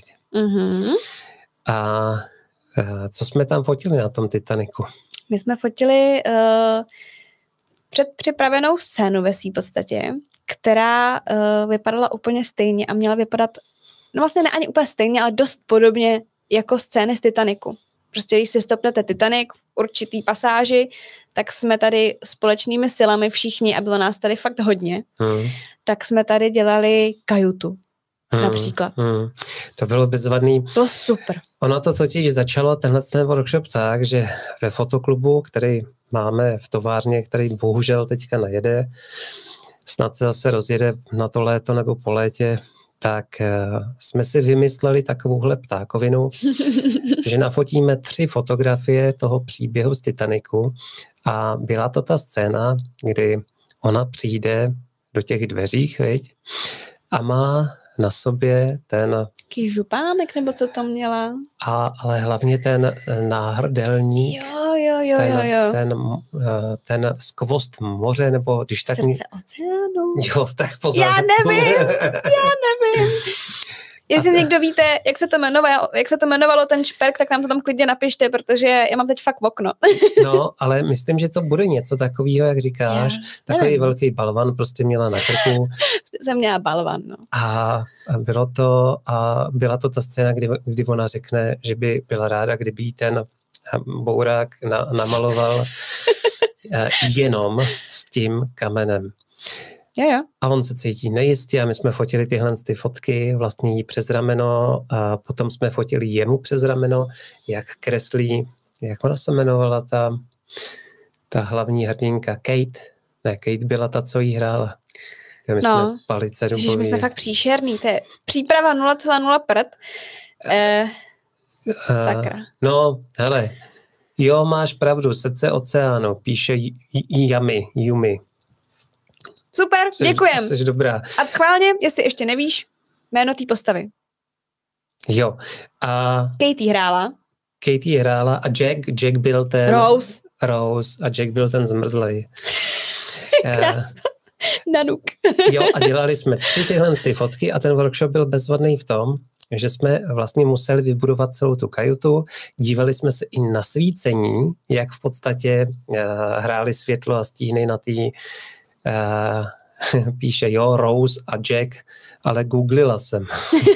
[SPEAKER 1] A co jsme tam fotili na tom Titanicu?
[SPEAKER 2] My jsme fotili předpřipravenou scénu ve svý podstatě, která vypadala úplně stejně a měla vypadat, no vlastně ne ani úplně stejně, ale dost podobně jako scény z Titanicu. Prostě když si stopnete Titanic v určitý pasáži, tak jsme tady společnými silami všichni, a bylo nás tady fakt hodně, tak jsme tady dělali kajutu například.
[SPEAKER 1] To bylo bezvadný.
[SPEAKER 2] Bylo super.
[SPEAKER 1] Ono to totiž začalo, ten workshop tak, že ve fotoklubu, který máme v továrně, který bohužel teďka nejede, snad se zase rozjede na to léto nebo po létě, tak jsme si vymysleli takovouhle ptákovinu, že nafotíme 3 fotografie toho příběhu z Titanicu a byla to ta scéna, kdy ona přijde do těch dveřích, viď? A má na sobě ten...
[SPEAKER 2] Taký župánek, nebo co to měla?
[SPEAKER 1] Ale hlavně ten náhrdelník.
[SPEAKER 2] Jo.
[SPEAKER 1] Ten skvost moře, nebo když tak...
[SPEAKER 2] Srdce oceánu.
[SPEAKER 1] Jo, tak pozor.
[SPEAKER 2] Já nevím. Jestli někdo víte, jak se to jmenovalo ten šperk, tak nám to tam klidně napište, protože já mám teď fakt okno.
[SPEAKER 1] No, ale myslím, že to bude něco takového, jak říkáš. Takový velký balvan prostě měla na krku.
[SPEAKER 2] Jsem měla balvan, no.
[SPEAKER 1] A byla to ta scéna, kdy ona řekne, že by byla ráda, kdyby jí ten bourák namaloval jenom s tím kamenem.
[SPEAKER 2] Jo.
[SPEAKER 1] A on se cítí nejistě a my jsme fotili tyhle fotky, vlastně jí přes rameno a potom jsme fotili jemu přes rameno, jak kreslí, jak ona se jmenovala ta hlavní hrdinka, Kate. Ne, Kate byla ta, co jí hrála. My jsme palice dubový.
[SPEAKER 2] My jsme fakt příšerný, to je příprava 0,0 prd. Sakra.
[SPEAKER 1] No, hele, jo, máš pravdu, srdce oceánu, píše Yumi.
[SPEAKER 2] Super, děkujem.
[SPEAKER 1] Jsi dobrá.
[SPEAKER 2] A schválně, jestli ještě nevíš, jméno té postavy.
[SPEAKER 1] Jo. A Katie hrála a Jack byl ten... Rose a Jack byl ten zmrzlej.
[SPEAKER 2] Nanuk.
[SPEAKER 1] Jo, a dělali jsme 3 tyhle fotky a ten workshop byl bezvadný v tom, že jsme vlastně museli vybudovat celou tu kajutu, dívali jsme se i na svícení, jak v podstatě hráli světlo a stíny na té píše Rose a Jack, ale googlila jsem.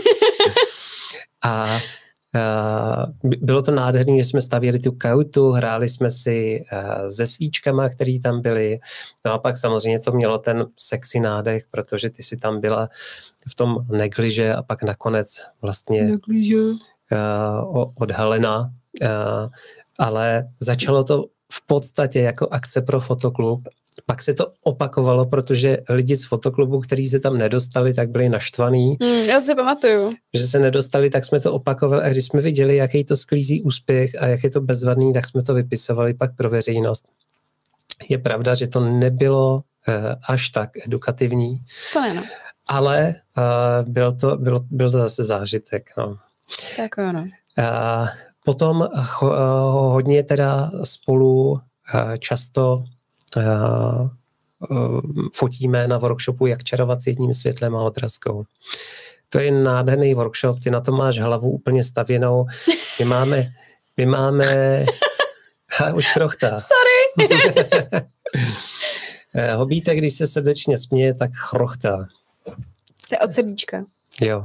[SPEAKER 1] A bylo to nádherné, že jsme stavěli tu kajutu, hráli jsme si se svíčkama, které tam byly. No a pak samozřejmě to mělo ten sexy nádech, protože ty si tam byla v tom negliže a pak nakonec vlastně odhalena. Ale začalo to v podstatě jako akce pro fotoklub. Pak se to opakovalo, protože lidi z fotoklubu, kteří se tam nedostali, tak byli naštvaný.
[SPEAKER 2] Já si pamatuju.
[SPEAKER 1] Že se nedostali, tak jsme to opakovali a když jsme viděli, jaký to sklízí úspěch a jak je to bezvadný, tak jsme to vypisovali pak pro veřejnost. Je pravda, že to nebylo až tak edukativní.
[SPEAKER 2] To ne, no.
[SPEAKER 1] Ale byl to zase zážitek. No.
[SPEAKER 2] Tak jo, no.
[SPEAKER 1] Potom hodně teda spolu často fotíme na workshopu Jak čarovat s jedním světlem a odrazkou. To je nádherný workshop, ty na to máš hlavu úplně stavěnou. My máme už krochtá.
[SPEAKER 2] Sorry.
[SPEAKER 1] Hobíte, když se srdečně směje, tak chrochtá.
[SPEAKER 2] To je od srdíčka.
[SPEAKER 1] Jo.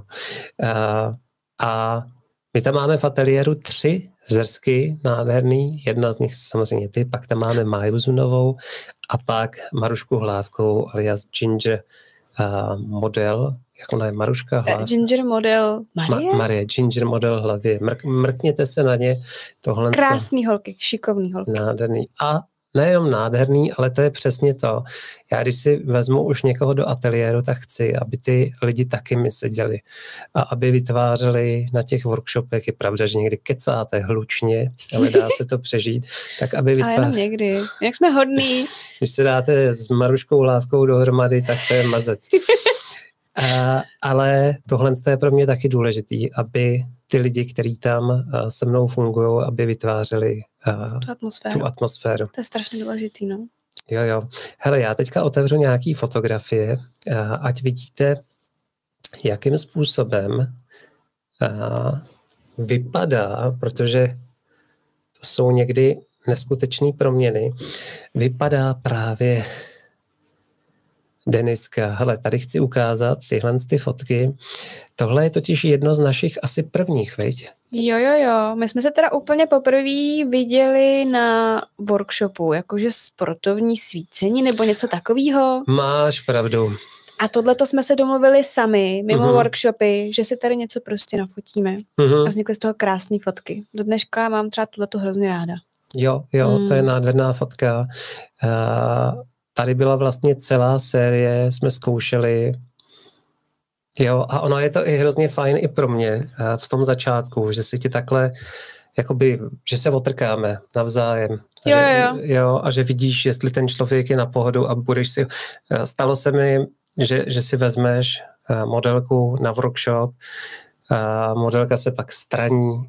[SPEAKER 1] A my tam máme v ateliéru 3 zrsky nádherný, jedna z nich samozřejmě ty, pak tam máme Máju Zunovou a pak Marušku Hlávkou alias Ginger model, jak ona je Maruška Hlávka?
[SPEAKER 2] Ginger model Marie?
[SPEAKER 1] Marie, Ginger model hlavě. Mrkněte se na ně. Tohle
[SPEAKER 2] krásný holky, šikovný holky.
[SPEAKER 1] Nádherný. A nejenom nádherný, ale to je přesně to. Já když si vezmu už někoho do ateliéru, tak chci, aby ty lidi taky mi seděli a aby vytvářeli na těch workshopech, je pravda, že někdy kecáte hlučně, ale dá se to přežít, tak aby vytvářeli.
[SPEAKER 2] Ale jenom někdy. Jak jsme hodný.
[SPEAKER 1] Když se dáte s Maruškou Hlávkou dohromady, tak to je mazec. Ale tohle je pro mě taky důležitý, aby ty lidi, kteří tam se mnou fungují, aby vytvářeli tu atmosféru.
[SPEAKER 2] To je strašně důležitý, no.
[SPEAKER 1] Jo. Hele, já teďka otevřu nějaký fotografie, ať vidíte, jakým způsobem vypadá, protože to jsou někdy neskutečné proměny, vypadá právě Deniska. Hele, tady chci ukázat tyhle ty fotky. Tohle je totiž jedno z našich asi prvních, viď?
[SPEAKER 2] Jo. My jsme se teda úplně poprvé viděli na workshopu, jakože sportovní svícení nebo něco takového.
[SPEAKER 1] Máš pravdu.
[SPEAKER 2] A tohleto jsme se domluvili sami, mimo workshopy, že si tady něco prostě nafotíme. A vznikly z toho krásné fotky. Do dneška mám třeba tohleto hrozně ráda.
[SPEAKER 1] Jo, to je nádherná fotka. Tady byla vlastně celá série, jsme zkoušeli. Jo, a ono je to i hrozně fajn i pro mě v tom začátku, že si ti takhle, jakoby, že se otrkáme navzájem.
[SPEAKER 2] Jo.
[SPEAKER 1] A že vidíš, jestli ten člověk je na pohodu a budeš si... Stalo se mi, že si vezmeš modelku na workshop, modelka se pak straní,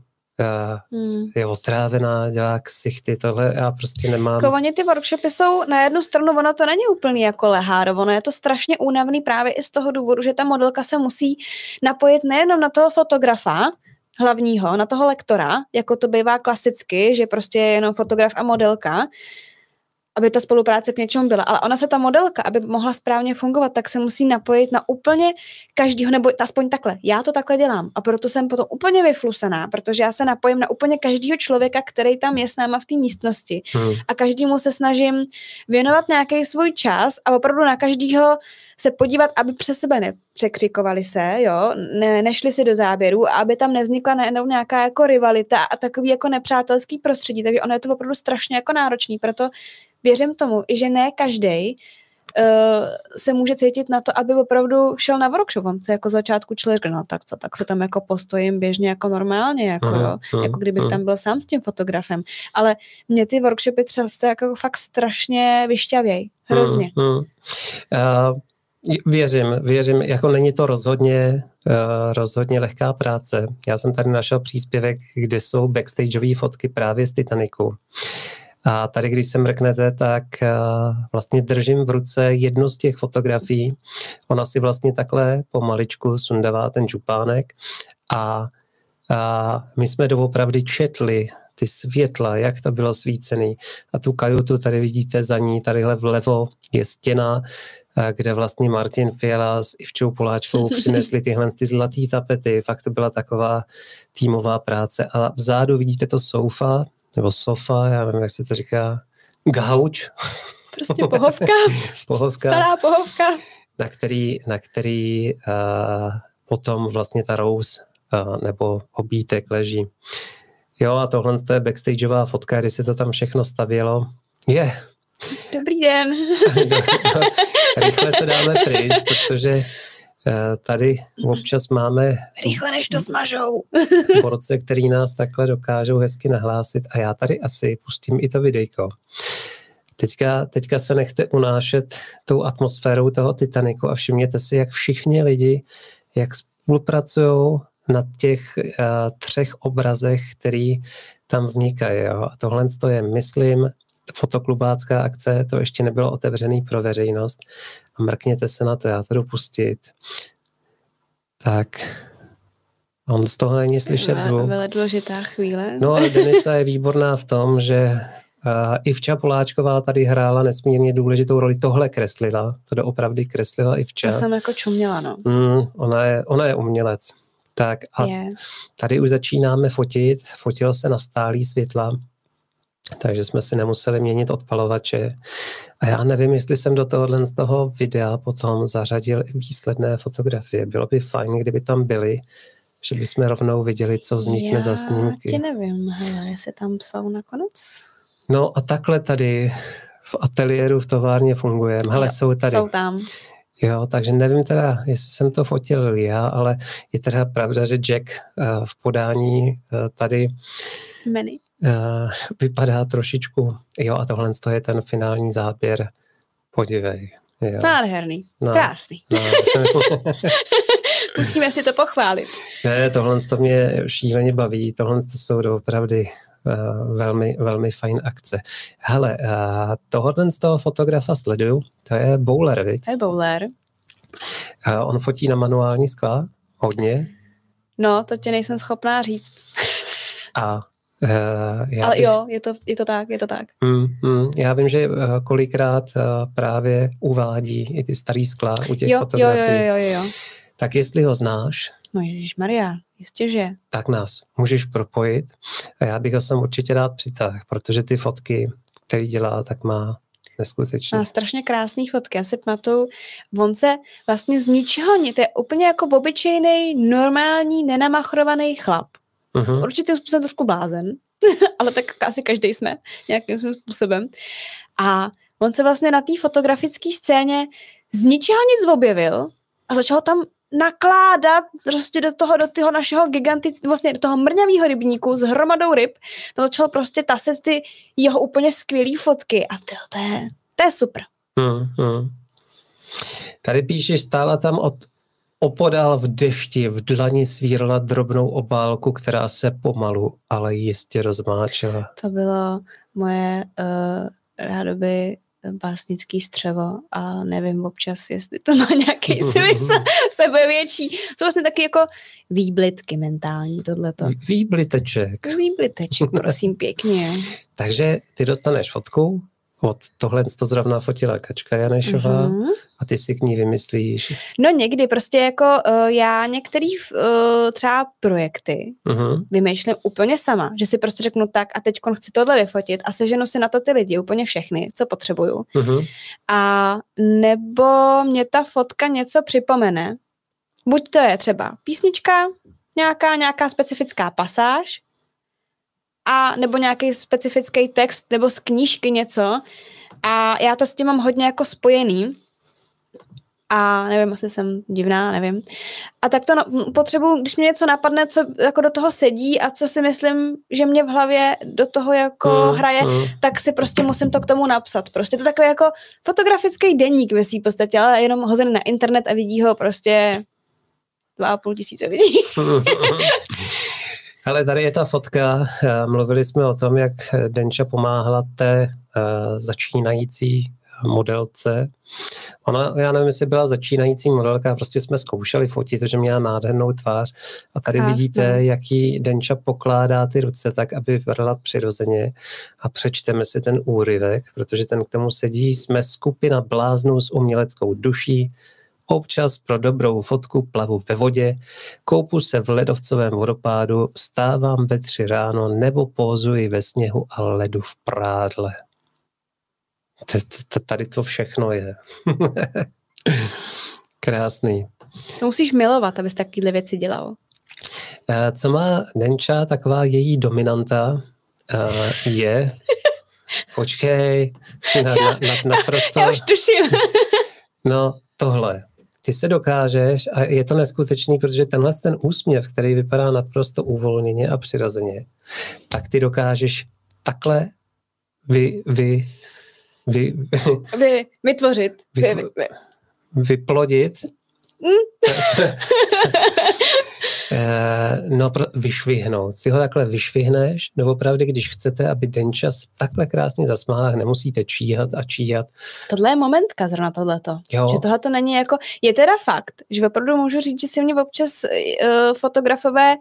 [SPEAKER 1] je otrávená, dělá ksichty, tohle já prostě nemám.
[SPEAKER 2] Oni ty workshopy jsou na jednu stranu, ono to není úplně jako leháro, ono je to strašně únavný právě i z toho důvodu, že ta modelka se musí napojit nejenom na toho fotografa hlavního, na toho lektora, jako to bývá klasicky, že prostě je jenom fotograf a modelka, aby ta spolupráce k něčemu byla. Ale ona se ta modelka, aby mohla správně fungovat, tak se musí napojit na úplně každýho, nebo aspoň takhle. Já to takhle dělám a proto jsem potom úplně vyflusená, protože já se napojím na úplně každýho člověka, který tam je s náma v té místnosti. A každému se snažím věnovat nějaký svůj čas a opravdu na každýho se podívat, aby přes sebe nepřekřikovali se, jo, nešli si do záběru a aby tam nevznikla najednou nějaká jako rivalita a takový jako nepřátelský prostředí. Takže ono je to opravdu strašně jako náročný, proto věřím tomu, i že ne každej se může cítit na to, aby opravdu šel na workshop. On se jako začátku člověk, no tak co, tak se tam jako postojím běžně jako normálně, jako, jako kdybych tam byl sám s tím fotografem. Ale mě ty workshopy třeba se jako fakt strašně vyšťavěj. Hrozně.
[SPEAKER 1] Věřím, jako není to rozhodně lehká práce. Já jsem tady našel příspěvek, kde jsou backstageové fotky právě z Titaniku. A tady, když se mrknete, tak vlastně držím v ruce jednu z těch fotografií. Ona si vlastně takhle pomaličku sundává ten župánek a my jsme doopravdy četli ty světla, jak to bylo svícený. A tu kajutu tady vidíte za ní, tadyhle vlevo je stěna, kde vlastně Martin Fiala s Ivčou Poláčkou přinesli tyhle ty zlatý tapety. Fakt to byla taková týmová práce. A vzadu vidíte to sofa, já nevím, jak se to říká, gauč.
[SPEAKER 2] Prostě pohovka. Stará pohovka.
[SPEAKER 1] Na který potom vlastně ta Rose nebo hobítek leží. Jo, a tohle je backstageová fotka, kdy se to tam všechno stavělo.
[SPEAKER 2] Dobrý den.
[SPEAKER 1] Rychle to dáme pryč, protože tady občas máme...
[SPEAKER 2] Rychle, než to smažou.
[SPEAKER 1] Borce, který nás takhle dokážou hezky nahlásit a já tady asi pustím i to videjko. Teďka se nechte unášet tou atmosférou toho Titaniku a všimněte si, jak všichni lidi, jak spolupracují na těch 3 obrazech, který tam vznikají. Jo? A tohle je, myslím, fotoklubácká akce, to ještě nebylo otevřený pro veřejnost. A mrkněte se na to, já to jdu pustit. Tak, on z toho není slyšet zvuk.
[SPEAKER 2] Vele důležitá chvíle.
[SPEAKER 1] No ale Denisa je výborná v tom, že Ivča Poláčková tady hrála nesmírně důležitou roli. Tohle kreslila, to doopravdy kreslila Ivča.
[SPEAKER 2] To jsem jako čuměla, no.
[SPEAKER 1] Ona je umělec. Tak a tady už začínáme fotit. Fotilo se na stálý světla, takže jsme si nemuseli měnit odpalovače. A já nevím, jestli jsem do z toho videa potom zařadil i výsledné fotografie. Bylo by fajn, kdyby tam byly, že bychom rovnou viděli, co vznikne za snímky.
[SPEAKER 2] Já nevím, hele, jestli tam jsou nakonec.
[SPEAKER 1] No a takhle tady v ateliéru v továrně fungujeme. Hele, jsou tady.
[SPEAKER 2] Jsou tam.
[SPEAKER 1] Jo, takže nevím teda, jestli jsem to fotil já, ale je teda pravda, že Jack v podání tady vypadá trošičku. Jo, a tohle je ten finální záběr. Podívej. Jo.
[SPEAKER 2] Nádherný. No. Krásný. No. Musíme si to pochválit.
[SPEAKER 1] Ne, tohle to mě šíleně baví. Tohle to jsou doopravdy velmi, velmi fajn akce. Hele, tohle z toho fotografa sleduju, to je Bowler, viď?
[SPEAKER 2] To je Bowler.
[SPEAKER 1] On fotí na manuální skla hodně.
[SPEAKER 2] No, to tě nejsem schopná říct. Ale jo, je to tak.
[SPEAKER 1] Já vím, že kolikrát právě uvádí i ty starý skla u těch fotografií.
[SPEAKER 2] Jo.
[SPEAKER 1] Tak jestli ho znáš,
[SPEAKER 2] no ježišmarja, jistě, že.
[SPEAKER 1] tak nás můžeš propojit a já bych ho sem určitě rád přitáhl, protože ty fotky, který dělá, tak má neskutečně.
[SPEAKER 2] Má strašně krásný fotky. Já si pamatuju, on se vlastně z ničeho nic, to je úplně jako obyčejný, normální, nenamachrovaný chlap. Určitým způsobem trošku blázen, ale tak asi každý jsme nějakým způsobem. A on se vlastně na té fotografické scéně z ničeho nic objevil a začal tam nakládat prostě do toho našeho vlastně do toho mrňavého rybníku s hromadou ryb. To začal prostě taset ty jeho úplně skvělý fotky a to je super.
[SPEAKER 1] Tady píšeš, stála tam opodál v dešti, v dlani svírala drobnou obálku, která se pomalu, ale jistě rozmáčela.
[SPEAKER 2] To bylo moje rádoby básnický střevo a nevím občas, jestli to má nějaký smysl sebevětší. Jsou vlastně taky jako výblitky mentální tohleto.
[SPEAKER 1] Výbliteček,
[SPEAKER 2] prosím pěkně.
[SPEAKER 1] Takže ty dostaneš fotku, tohle to zrovna fotila Kačka Janešová a ty si k ní vymyslíš.
[SPEAKER 2] No někdy, prostě jako já některý třeba projekty vymýšlím úplně sama, že si prostě řeknu tak a teď chci tohle vyfotit a seženu si na to ty lidi, úplně všechny, co potřebuju. A nebo mě ta fotka něco připomene. Buď to je třeba písnička, nějaká specifická pasáž, a nebo nějaký specifický text, nebo z knížky něco. A já to s tím mám hodně jako spojený. A nevím, asi jsem divná, nevím. A tak to potřebuji, když mě něco napadne, co jako do toho sedí a co si myslím, že mě v hlavě do toho jako hraje, tak si prostě musím to k tomu napsat. Prostě to takový jako fotografický deník ve svý podstatě, ale jenom hozený na internet a vidí ho prostě 2,5 000 lidí.
[SPEAKER 1] Ale tady je ta fotka, mluvili jsme o tom, jak Denča pomáhala té začínající modelce. Já nevím, jestli byla začínající modelka, prostě jsme zkoušeli fotit, protože měla nádhernou tvář a tady vidíte, jaký Denča pokládá ty ruce tak, aby vypadala přirozeně a přečteme si ten úryvek, protože ten k tomu sedí. Jsme skupina bláznů s uměleckou duší, občas pro dobrou fotku plavu ve vodě, koupu se v ledovcovém vodopádu, stávám ve 3 ráno nebo pózuji ve sněhu a ledu v prádle. Tady to všechno je. Krásný.
[SPEAKER 2] To musíš milovat, abys takovýhle věci dělal.
[SPEAKER 1] Co má Denča, taková její dominanta je... Počkej. Naprosto...
[SPEAKER 2] Já už tuším.
[SPEAKER 1] No, tohle. Ty se dokážeš, a je to neskutečný, protože ten úsměv, který vypadá naprosto uvolněně a přirozeně, tak ty dokážeš takhle
[SPEAKER 2] Vytvořit.
[SPEAKER 1] Vyplodit. No, vyšvihnout. Ty ho takhle vyšvihneš, nebo opravdu, když chcete, aby Denča se takhle krásně zasmála, nemusíte číhat a číhat.
[SPEAKER 2] Tohle je momentka zrovna tohleto.
[SPEAKER 1] Jo.
[SPEAKER 2] Že tohle to není jako, je teda fakt, že opravdu můžu říct, že si mě občas fotografové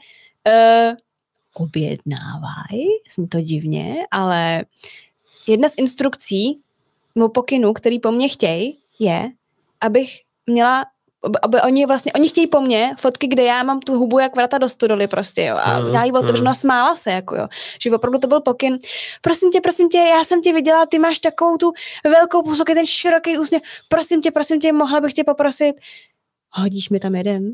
[SPEAKER 2] objednávají, zní to divně, ale jedna z instrukcí nebo pokynů, který po mně chtějí, je, abych měla, aby oni chtějí po mně fotky, kde já mám tu hubu jak vrata do stodoly prostě, jo. A já jí otevřu a smála se, jako jo. Že opravdu to byl pokyn. Prosím tě, já jsem tě viděla, ty máš takovou tu velkou pusu, ten široký úsměv. Prosím tě, mohla bych tě poprosit. Hodíš mi tam jeden.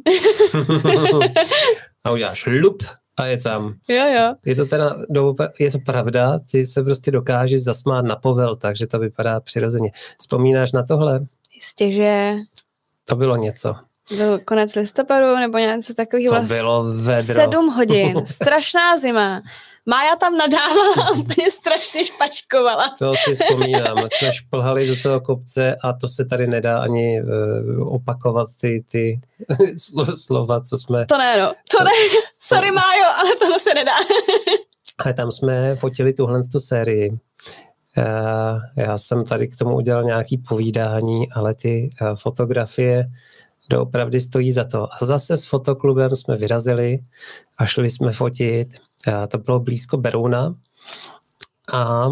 [SPEAKER 1] A uděláš lup a je tam.
[SPEAKER 2] Jo.
[SPEAKER 1] Je to pravda, ty se prostě dokážeš zasmát na povel, takže to vypadá přirozeně. Vzpomínáš na tohle?
[SPEAKER 2] Jistě, že...
[SPEAKER 1] To bylo něco.
[SPEAKER 2] Byl konec listopadu nebo něco takového.
[SPEAKER 1] To bylo vedro.
[SPEAKER 2] 7 hodin, strašná zima. Mája tam nadávala, úplně strašně špačkovala.
[SPEAKER 1] To si vzpomínám. Jsme šplhali do toho kopce a to se tady nedá ani opakovat ty slova, co jsme...
[SPEAKER 2] To ne, no. To ne. Sorry, Májo, ale tohle se nedá.
[SPEAKER 1] A tam jsme fotili tuhle sérii. Já jsem tady k tomu udělal nějaký povídání, ale ty fotografie doopravdy stojí za to. A zase s fotoklubem jsme vyrazili a šli jsme fotit. To bylo blízko Berouna a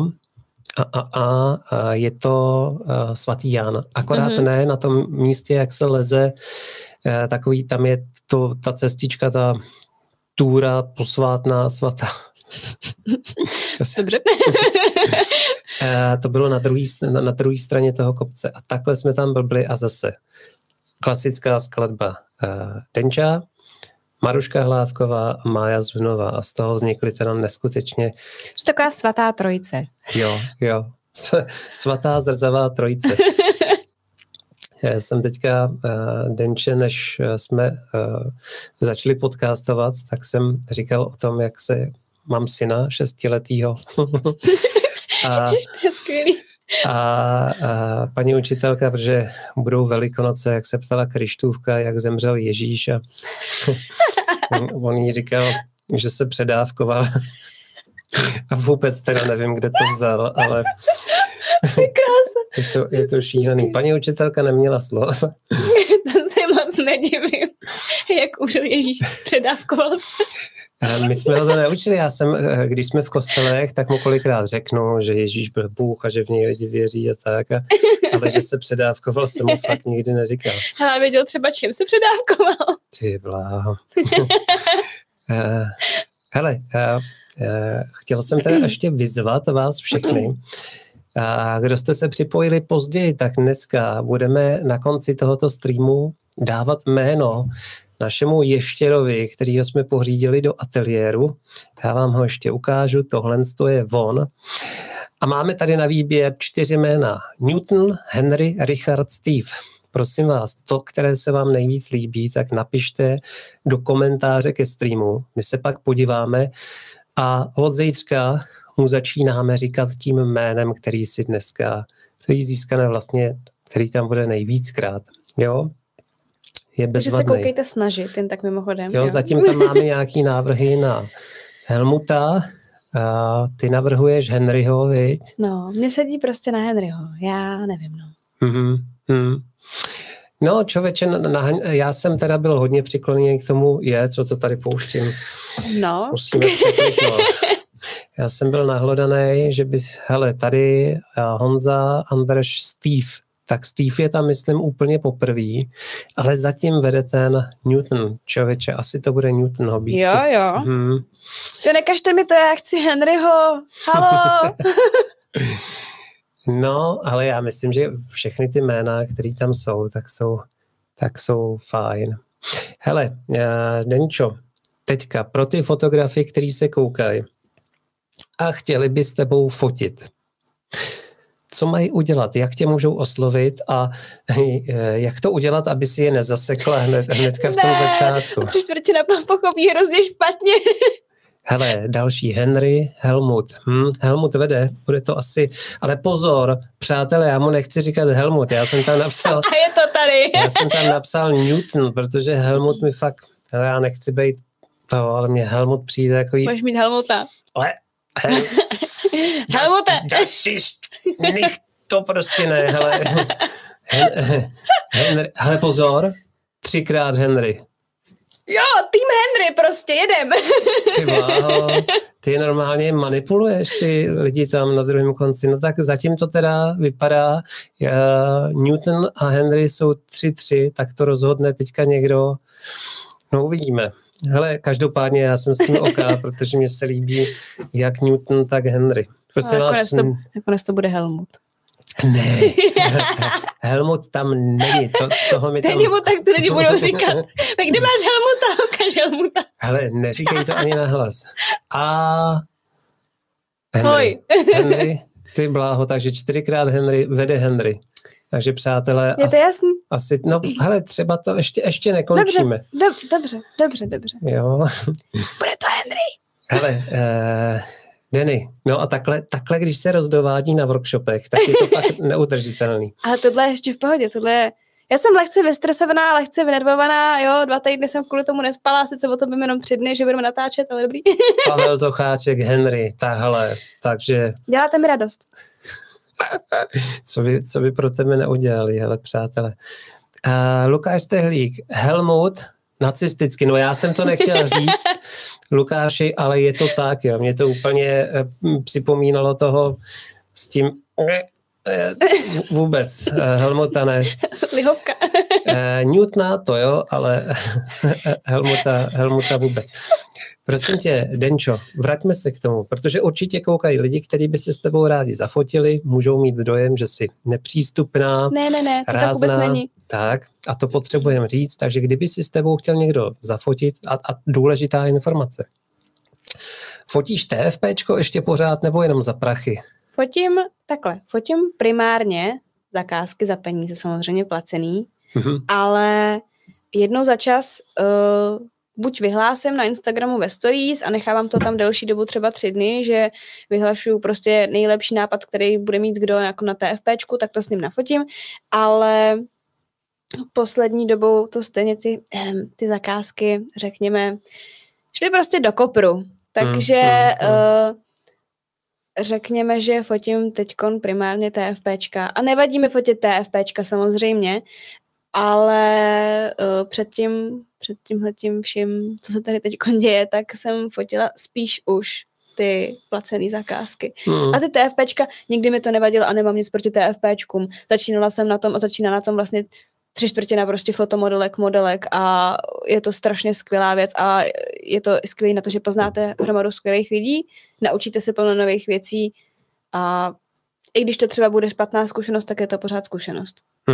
[SPEAKER 1] je to svatý Jan. Akorát ne na tom místě, jak se leze, takový, tam je ta cestička, ta túra posvátná, svatá.
[SPEAKER 2] Dobře.
[SPEAKER 1] To bylo na druhé straně toho kopce a takhle jsme tam blbli a zase klasická skladba Denča, Maruška Hlávková a Mája Zunová a z toho vznikly teda neskutečně...
[SPEAKER 2] Taková svatá trojice.
[SPEAKER 1] Jo. Svatá zrzavá trojice. Já jsem teďka, Denče, než jsme začali podcastovat, tak jsem říkal o tom, jak mám syna 6letýho.
[SPEAKER 2] Skvělý.
[SPEAKER 1] A paní učitelka, protože budou Velikonoce, jak se ptala Krištůvka, jak zemřel Ježíš a on jí říkal, že se předávkoval a vůbec teda nevím, kde to vzal, ale je to šílený. Paní učitelka neměla slov.
[SPEAKER 2] To se moc nedivím, jak umřel Ježíš, předávkoval se.
[SPEAKER 1] My jsme ho to neučili. Když jsme v kostelech, tak mu kolikrát řeknu, že Ježíš byl Bůh a že v něj lidi věří a tak. Ale že se předávkoval, jsem mu fakt nikdy neříkal.
[SPEAKER 2] Ale věděl třeba, čím se předávkoval.
[SPEAKER 1] Ty bláho. Hele, chtěl jsem teda ještě vyzvat vás všechny. A kdo jste se připojili později, tak dneska budeme na konci tohoto streamu dávat jméno našemu ještěrovi, kterýho jsme pořídili do ateliéru. Já vám ho ještě ukážu, tohle je on. A máme tady na výběr 4 jména. Newton, Henry, Richard, Steve. Prosím vás, to, které se vám nejvíc líbí, tak napište do komentáře ke streamu. My se pak podíváme a od zítřka mu začínáme říkat tím jménem, který získáme vlastně, který tam bude nejvíckrát. Jo? Je bezvadný.
[SPEAKER 2] Takže se koukejte snažit, jen tak mimochodem.
[SPEAKER 1] Jo, zatím tam máme nějaký návrhy na Helmuta. Ty navrhuješ Henryho, viď?
[SPEAKER 2] No, mně sedí prostě na Henryho. Já nevím, no.
[SPEAKER 1] No, člověče, já jsem teda byl hodně přikloněný k tomu, co to tady pouštím.
[SPEAKER 2] No.
[SPEAKER 1] Musíme překliknout. Já jsem byl nahlodaný, že bys, hele, tady Honza, Andreš, Steve. Tak Steve je tam, myslím, úplně poprvý, ale zatím vede ten Newton, člověče, asi to bude Newton hobítku.
[SPEAKER 2] Jo. To nekažte mi to, já chci Henryho. Halo!
[SPEAKER 1] No, ale já myslím, že všechny ty jména, které tam jsou, tak jsou fajn. Hele, Denčo, teďka pro ty fotografie, které se koukají a chtěli by s tebou fotit. Co mají udělat? Jak tě můžou oslovit a jak to udělat, aby si je nezasekla hnedka v tom začátku?
[SPEAKER 2] 3/4 pochopí hrozně špatně.
[SPEAKER 1] Hele, další Henry, Helmut. Helmut vede, bude to asi, ale pozor, přátelé, já mu nechci říkat Helmut, já jsem tam napsal...
[SPEAKER 2] A je to tady.
[SPEAKER 1] Já jsem tam napsal Newton, protože Helmut mi fakt, já nechci být to, ale mě Helmut přijde takový...
[SPEAKER 2] Můžeš mít Helmuta.
[SPEAKER 1] Ale,
[SPEAKER 2] Helmute!
[SPEAKER 1] Das ist nicht, to prostě ne, hele. Henry, hele, pozor, 3krát Henry.
[SPEAKER 2] Jo, tým Henry prostě, jedem.
[SPEAKER 1] Ty bláho, ty normálně manipuluješ ty lidi tam na druhém konci. No tak zatím to teda vypadá, Newton a Henry jsou 3-3, tak to rozhodne teďka někdo. No uvidíme. Hele, každopádně já jsem s tím oká, protože mě se líbí jak Newton, tak Henry. Prosím vás.
[SPEAKER 2] Nakonec to bude Helmut.
[SPEAKER 1] Ne, Helmut tam není. Toho mi tam...
[SPEAKER 2] Stejně mu tak ty lidi budou říkat. Kde máš Helmuta? Ukaž Helmuta.
[SPEAKER 1] Hele, neříkej to ani nahlas. A
[SPEAKER 2] Henry.
[SPEAKER 1] Henry, ty bláho, takže 4krát Henry, vede Henry. Takže přátelé...
[SPEAKER 2] Je to jasný?
[SPEAKER 1] Asi, no hele, třeba to ještě nekončíme.
[SPEAKER 2] Dobře.
[SPEAKER 1] Jo.
[SPEAKER 2] Bude to Henry.
[SPEAKER 1] Hele, Denny, no a takhle, když se rozdovádí na workshopech, tak je to fakt neudržitelný.
[SPEAKER 2] Ale tohle je ještě v pohodě, Já jsem lehce vystresovaná, lehce vynervovaná, jo, 2 týdny jsem kvůli tomu nespala, sice o tom bym jenom 3 dny, že budeme natáčet, ale dobrý.
[SPEAKER 1] Pavel Tocháček, Henry, tahle, takže...
[SPEAKER 2] Děláte mi radost.
[SPEAKER 1] Co by pro tebe neudělali, hele, přátelé. Lukáš Stehlík, Helmut, nacisticky, no já jsem to nechtěl říct, Lukáši, ale je to tak, jo. Mě to úplně připomínalo toho s tím vůbec, Helmuta ne.
[SPEAKER 2] Lihovka.
[SPEAKER 1] Newtona to jo, ale Helmuta vůbec. Prosím tě, Denčo, vraťme se k tomu, protože určitě koukají lidi, kteří by se s tebou rádi zafotili, můžou mít dojem, že jsi nepřístupná,
[SPEAKER 2] Ne, to
[SPEAKER 1] rázná,
[SPEAKER 2] tak vůbec není.
[SPEAKER 1] Tak, a to potřebujeme říct, takže kdyby si s tebou chtěl někdo zafotit, a důležitá informace. Fotíš TFPčko ještě pořád, nebo jenom za prachy?
[SPEAKER 2] Fotím primárně zakázky za peníze, samozřejmě placený, ale jednou za čas buď vyhlásím na Instagramu ve stories a nechávám to tam delší dobu, třeba 3 dny, že vyhlašuju prostě nejlepší nápad, který bude mít kdo jako na TFPčku, tak to s ním nafotím, ale poslední dobou to stejně ty zakázky, řekněme, šly prostě do kopru. Takže řekněme, že fotím teďkon primárně TFPčka a nevadí mi fotit TFPčka samozřejmě, ale před tímhletím vším, co se tady teď děje, tak jsem fotila spíš už ty placené zakázky. A ty TFPčka, nikdy mi to nevadilo a nemám nic proti TFPčkům. Začínala jsem na tom a začíná na tom vlastně 3/4 prostě modelek a je to strašně skvělá věc a je to skvělé na to, že poznáte hromadu skvělých lidí, naučíte se plno nových věcí a i když to třeba bude špatná zkušenost, tak je to pořád zkušenost.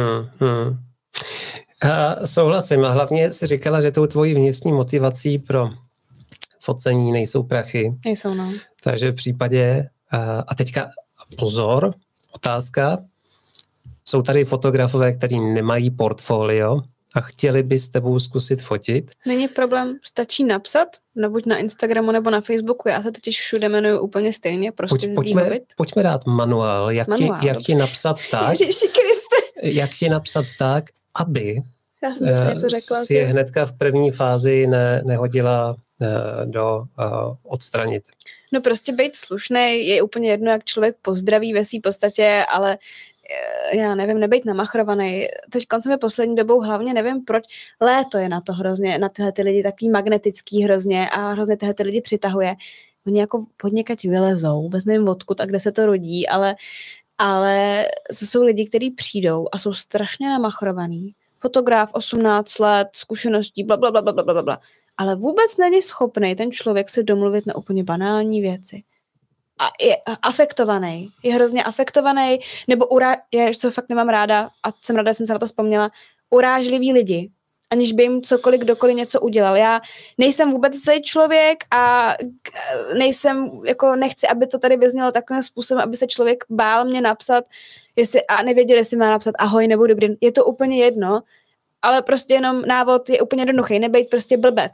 [SPEAKER 1] A souhlasím a hlavně si říkala, že tou tvojí vnitřní motivací pro focení nejsou prachy.
[SPEAKER 2] Nejsou, no.
[SPEAKER 1] Takže v případě, a teďka pozor, otázka, jsou tady fotografové, kteří nemají portfolio a chtěli by s tebou zkusit fotit.
[SPEAKER 2] Není problém, stačí napsat, buď na Instagramu nebo na Facebooku, já se totiž všude jmenuju úplně stejně, prostě
[SPEAKER 1] pojďme dát manuál, jak ti napsat tak, jak ti napsat tak, aby si je hnedka v první fázi nehodila do odstranit.
[SPEAKER 2] No prostě být slušnej je úplně jedno, jak člověk pozdraví ve své podstatě, ale já nevím, nebejt namachrovaný. Teď koncem poslední dobou hlavně nevím, proč léto je na to hrozně, na tyhle ty lidi takový magnetický hrozně a hrozně tyhle ty lidi přitahuje. Oni jako podnikať vylezou, vůbec nevím odkud a kde se to rodí, ale to jsou lidi, kteří přijdou a jsou strašně namachrovaný. Fotograf, 18 let, zkušeností, blablabla. Ale vůbec není schopný ten člověk se domluvit na úplně banální věci. A je afektovaný. Je hrozně afektovaný, nebo co fakt nemám ráda, a jsem ráda, že jsem se na to vzpomněla, urážliví lidi, aniž by jim kdokoliv něco udělal. Já nejsem vůbec zlej člověk a nechci, aby to tady vyznělo takovým způsobem, aby se člověk bál mě napsat, a nevěděl, jestli má napsat ahoj nebo dobrý. Je to úplně jedno, ale prostě jenom návod je úplně jednoduchý, nebejt prostě blbec.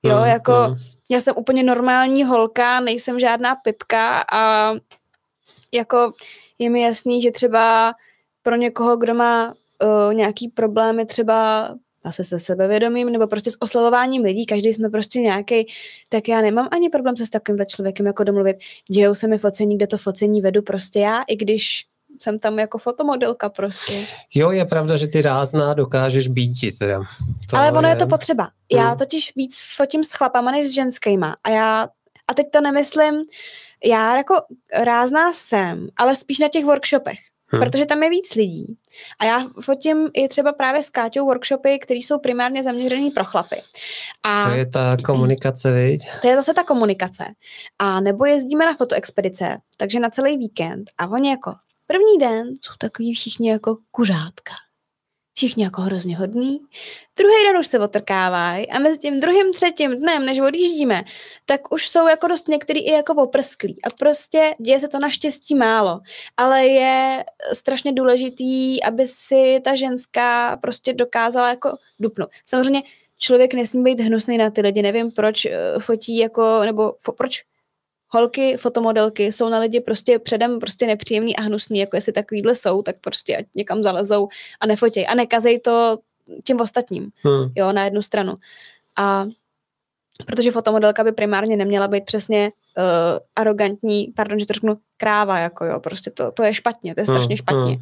[SPEAKER 2] Jo, jako já jsem úplně normální holka, nejsem žádná pipka a jako je mi jasný, že třeba pro někoho, kdo má nějaký problémy třeba asi se sebevědomím nebo prostě s oslavováním lidí, každý jsme prostě nějaký, tak já nemám ani problém se s takovýmhle člověkem jako domluvit. Dějou se mi focení, kde to focení vedu prostě já, i když jsem tam jako fotomodelka prostě.
[SPEAKER 1] Jo, je pravda, že ty rázná dokážeš býti teda.
[SPEAKER 2] Ale ono je to potřeba. Já totiž víc fotím s chlapama než s ženskýma. A teď to nemyslím, já jako rázná jsem, ale spíš na těch workshopech. Protože tam je víc lidí. A já fotím i třeba právě s Káťou workshopy, které jsou primárně zaměřený pro chlapy. A
[SPEAKER 1] to je ta komunikace, viď?
[SPEAKER 2] To je zase ta komunikace. A nebo jezdíme na fotoexpedice, takže na celý víkend. A oni jako první den jsou takový všichni jako kuřátka. Všichni jako hrozně hodný. Druhý den už se otrkávají a mezi tím druhým, třetím dnem, než odjíždíme, tak už jsou jako dost některý i jako oprsklí. A prostě děje se to naštěstí málo. Ale je strašně důležitý, aby si ta ženská prostě dokázala jako dupnout. Samozřejmě člověk nesmí být hnusný na ty lidi. Nevím, proč fotí jako, nebo proč holky, fotomodelky jsou na lidi prostě předem prostě nepříjemný a hnusný, jako jestli takovýhle jsou, tak prostě ať někam zalezou a nefotěj. A nekazej to těm ostatním, jo, na jednu stranu. A protože fotomodelka by primárně neměla být přesně arrogantní, pardon, že to řeknu, kráva, jako jo, prostě to je špatně, to je strašně špatně.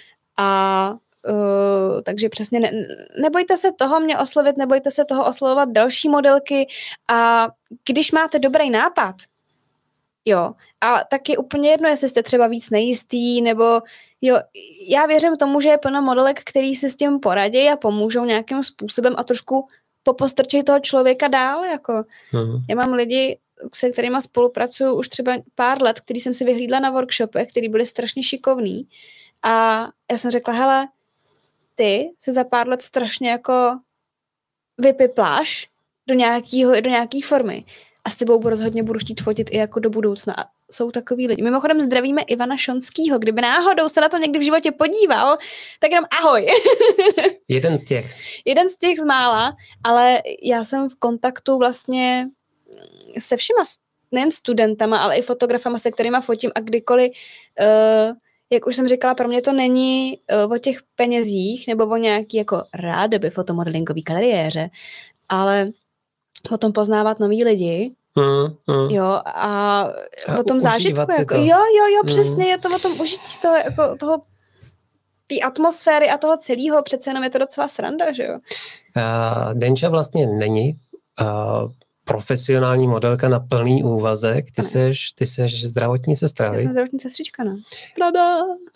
[SPEAKER 2] A takže přesně nebojte se toho mě oslovit, nebojte se toho oslovovat další modelky a když máte dobrý nápad, jo, a tak je úplně jedno, jestli jste třeba víc nejistý, nebo jo, já věřím tomu, že je plno modelek, který si s tím poradí a pomůžou nějakým způsobem a trošku popostrčej toho člověka dál, jako. Já mám lidi, se kterýma spolupracuju už třeba pár let, který jsem si vyhlídla na workshopech, který byli strašně šikovný a já jsem řekla, hele, ty se za pár let strašně jako vypipláš do nějaký formy. A s tebou rozhodně budu chtít fotit i jako do budoucna. A jsou takový lidi. Mimochodem zdravíme Ivana Šonskýho. Kdyby náhodou se na to někdy v životě podíval, tak jenom ahoj.
[SPEAKER 1] Jeden z těch.
[SPEAKER 2] Jeden z těch z mála, ale já jsem v kontaktu vlastně se všema, nejen studentama, ale i fotografama, se kterýma fotím a kdykoliv, jak už jsem říkala, pro mě to není o těch penězích nebo o nějaký jako rádoby fotomodelingový kariéře, ale o tom poznávat nový lidi, jo, a o tom zážitku, jako, jo, přesně, je to o tom užití z toho, jako toho té atmosféry a toho celého, přece jenom je to docela sranda, že jo.
[SPEAKER 1] Denča vlastně není profesionální modelka na plný úvazek, ty seš zdravotní sestra,
[SPEAKER 2] já jsem zdravotní sestřička, no. Plada.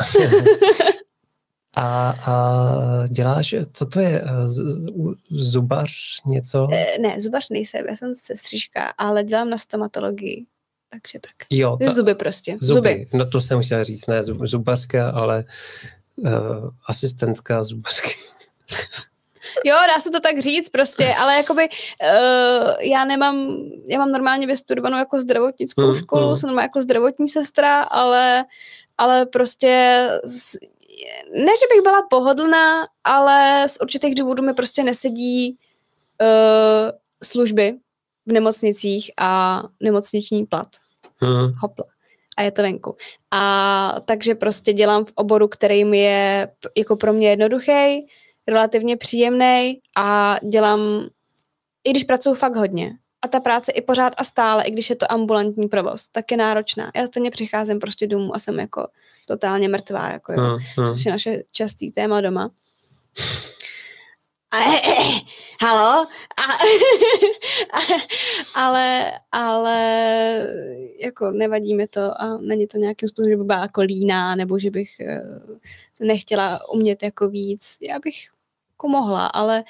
[SPEAKER 1] A děláš, co to je, zubař něco?
[SPEAKER 2] Ne, zubař nejsem, já jsem sestřička, ale dělám na stomatologii, takže tak.
[SPEAKER 1] Jo.
[SPEAKER 2] Zuby prostě.
[SPEAKER 1] Zuby. No to jsem chtěla říct, ne zubařka, ale asistentka zubařky.
[SPEAKER 2] Jo, dá se to tak říct prostě, ale jakoby já mám normálně vystudovanou jako zdravotnickou školu, jsem normálně jako zdravotní sestra, ale prostě ne, že bych byla pohodlná, ale z určitých důvodů mi prostě nesedí služby v nemocnicích a nemocniční plat. Hopla. A je to venku. A takže prostě dělám v oboru, který mi je jako pro mě jednoduchý, relativně příjemný a dělám, i když pracuji fakt hodně. A ta práce i pořád a stále, i když je to ambulantní provoz, tak je náročná. Já stejně přicházím prostě domů a jsem jako totálně mrtvá, jako jo. Což je naše častý téma doma. Halo? Ale jako nevadí mi to a není to nějakým způsobem, že by byla jako líná, nebo že bych nechtěla umět jako víc. Já bych jako mohla, ale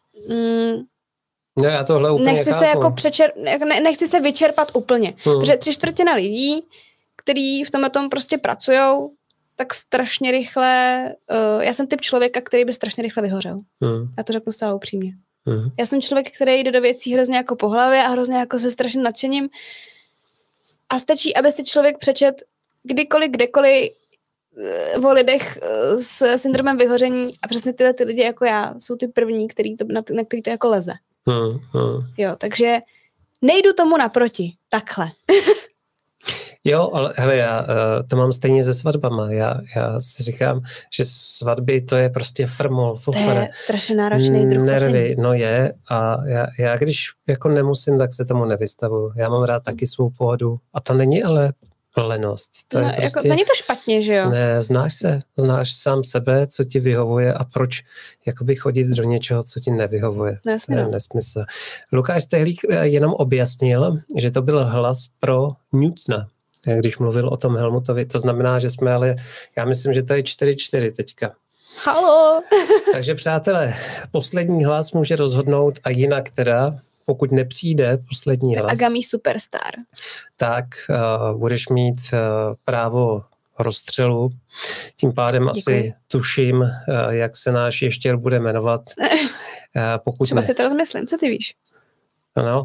[SPEAKER 1] no, já tohle úplně
[SPEAKER 2] nechci se jako nechci se vyčerpat úplně. Protože 3/4 lidí, kteří v tomhle tom prostě pracujou, tak strašně rychle, já jsem typ člověka, který by strašně rychle vyhořel. Já to řeknu zcela upřímně. Já jsem člověk, který jde do věcí hrozně jako po hlavě a hrozně jako se strašným nadšením a stačí, aby si člověk přečet kdykoliv, kdekoliv o lidech s syndromem vyhoření a přesně tyhle ty lidi jako já jsou ty první, na který to jako leze. Jo, takže nejdu tomu naproti. Takhle.
[SPEAKER 1] Jo, ale hele, já to mám stejně se svatbama. Já si říkám, že svatby to je prostě frmol, fufr.
[SPEAKER 2] To je strašně náročný druh
[SPEAKER 1] nervy, no je. A já když jako nemusím, tak se tomu nevystavuju. Já mám rád taky svou pohodu. A to není ale lenost. To je prostě,
[SPEAKER 2] jako, není to špatně, že jo?
[SPEAKER 1] Ne, znáš sám sebe, co ti vyhovuje a proč jakoby chodit do něčeho, co ti nevyhovuje.
[SPEAKER 2] No,
[SPEAKER 1] to je nesmysl. Lukáš Stehlík jenom objasnil, že to byl hlas pro Newtona, když mluvil o tom Helmutovi. To znamená, že jsme ale, já myslím, že to je 4-4 teďka.
[SPEAKER 2] Halo!
[SPEAKER 1] Takže přátelé, poslední hlas může rozhodnout a jinak teda, pokud nepřijde poslední hlas,
[SPEAKER 2] Agami Superstar,
[SPEAKER 1] tak budeš mít právo rozstřelu. Tím pádem
[SPEAKER 2] Děkuji.
[SPEAKER 1] asi tuším, jak se náš ještěr bude jmenovat. Pokud
[SPEAKER 2] třeba si to rozmyslím, co ty víš?
[SPEAKER 1] Ano,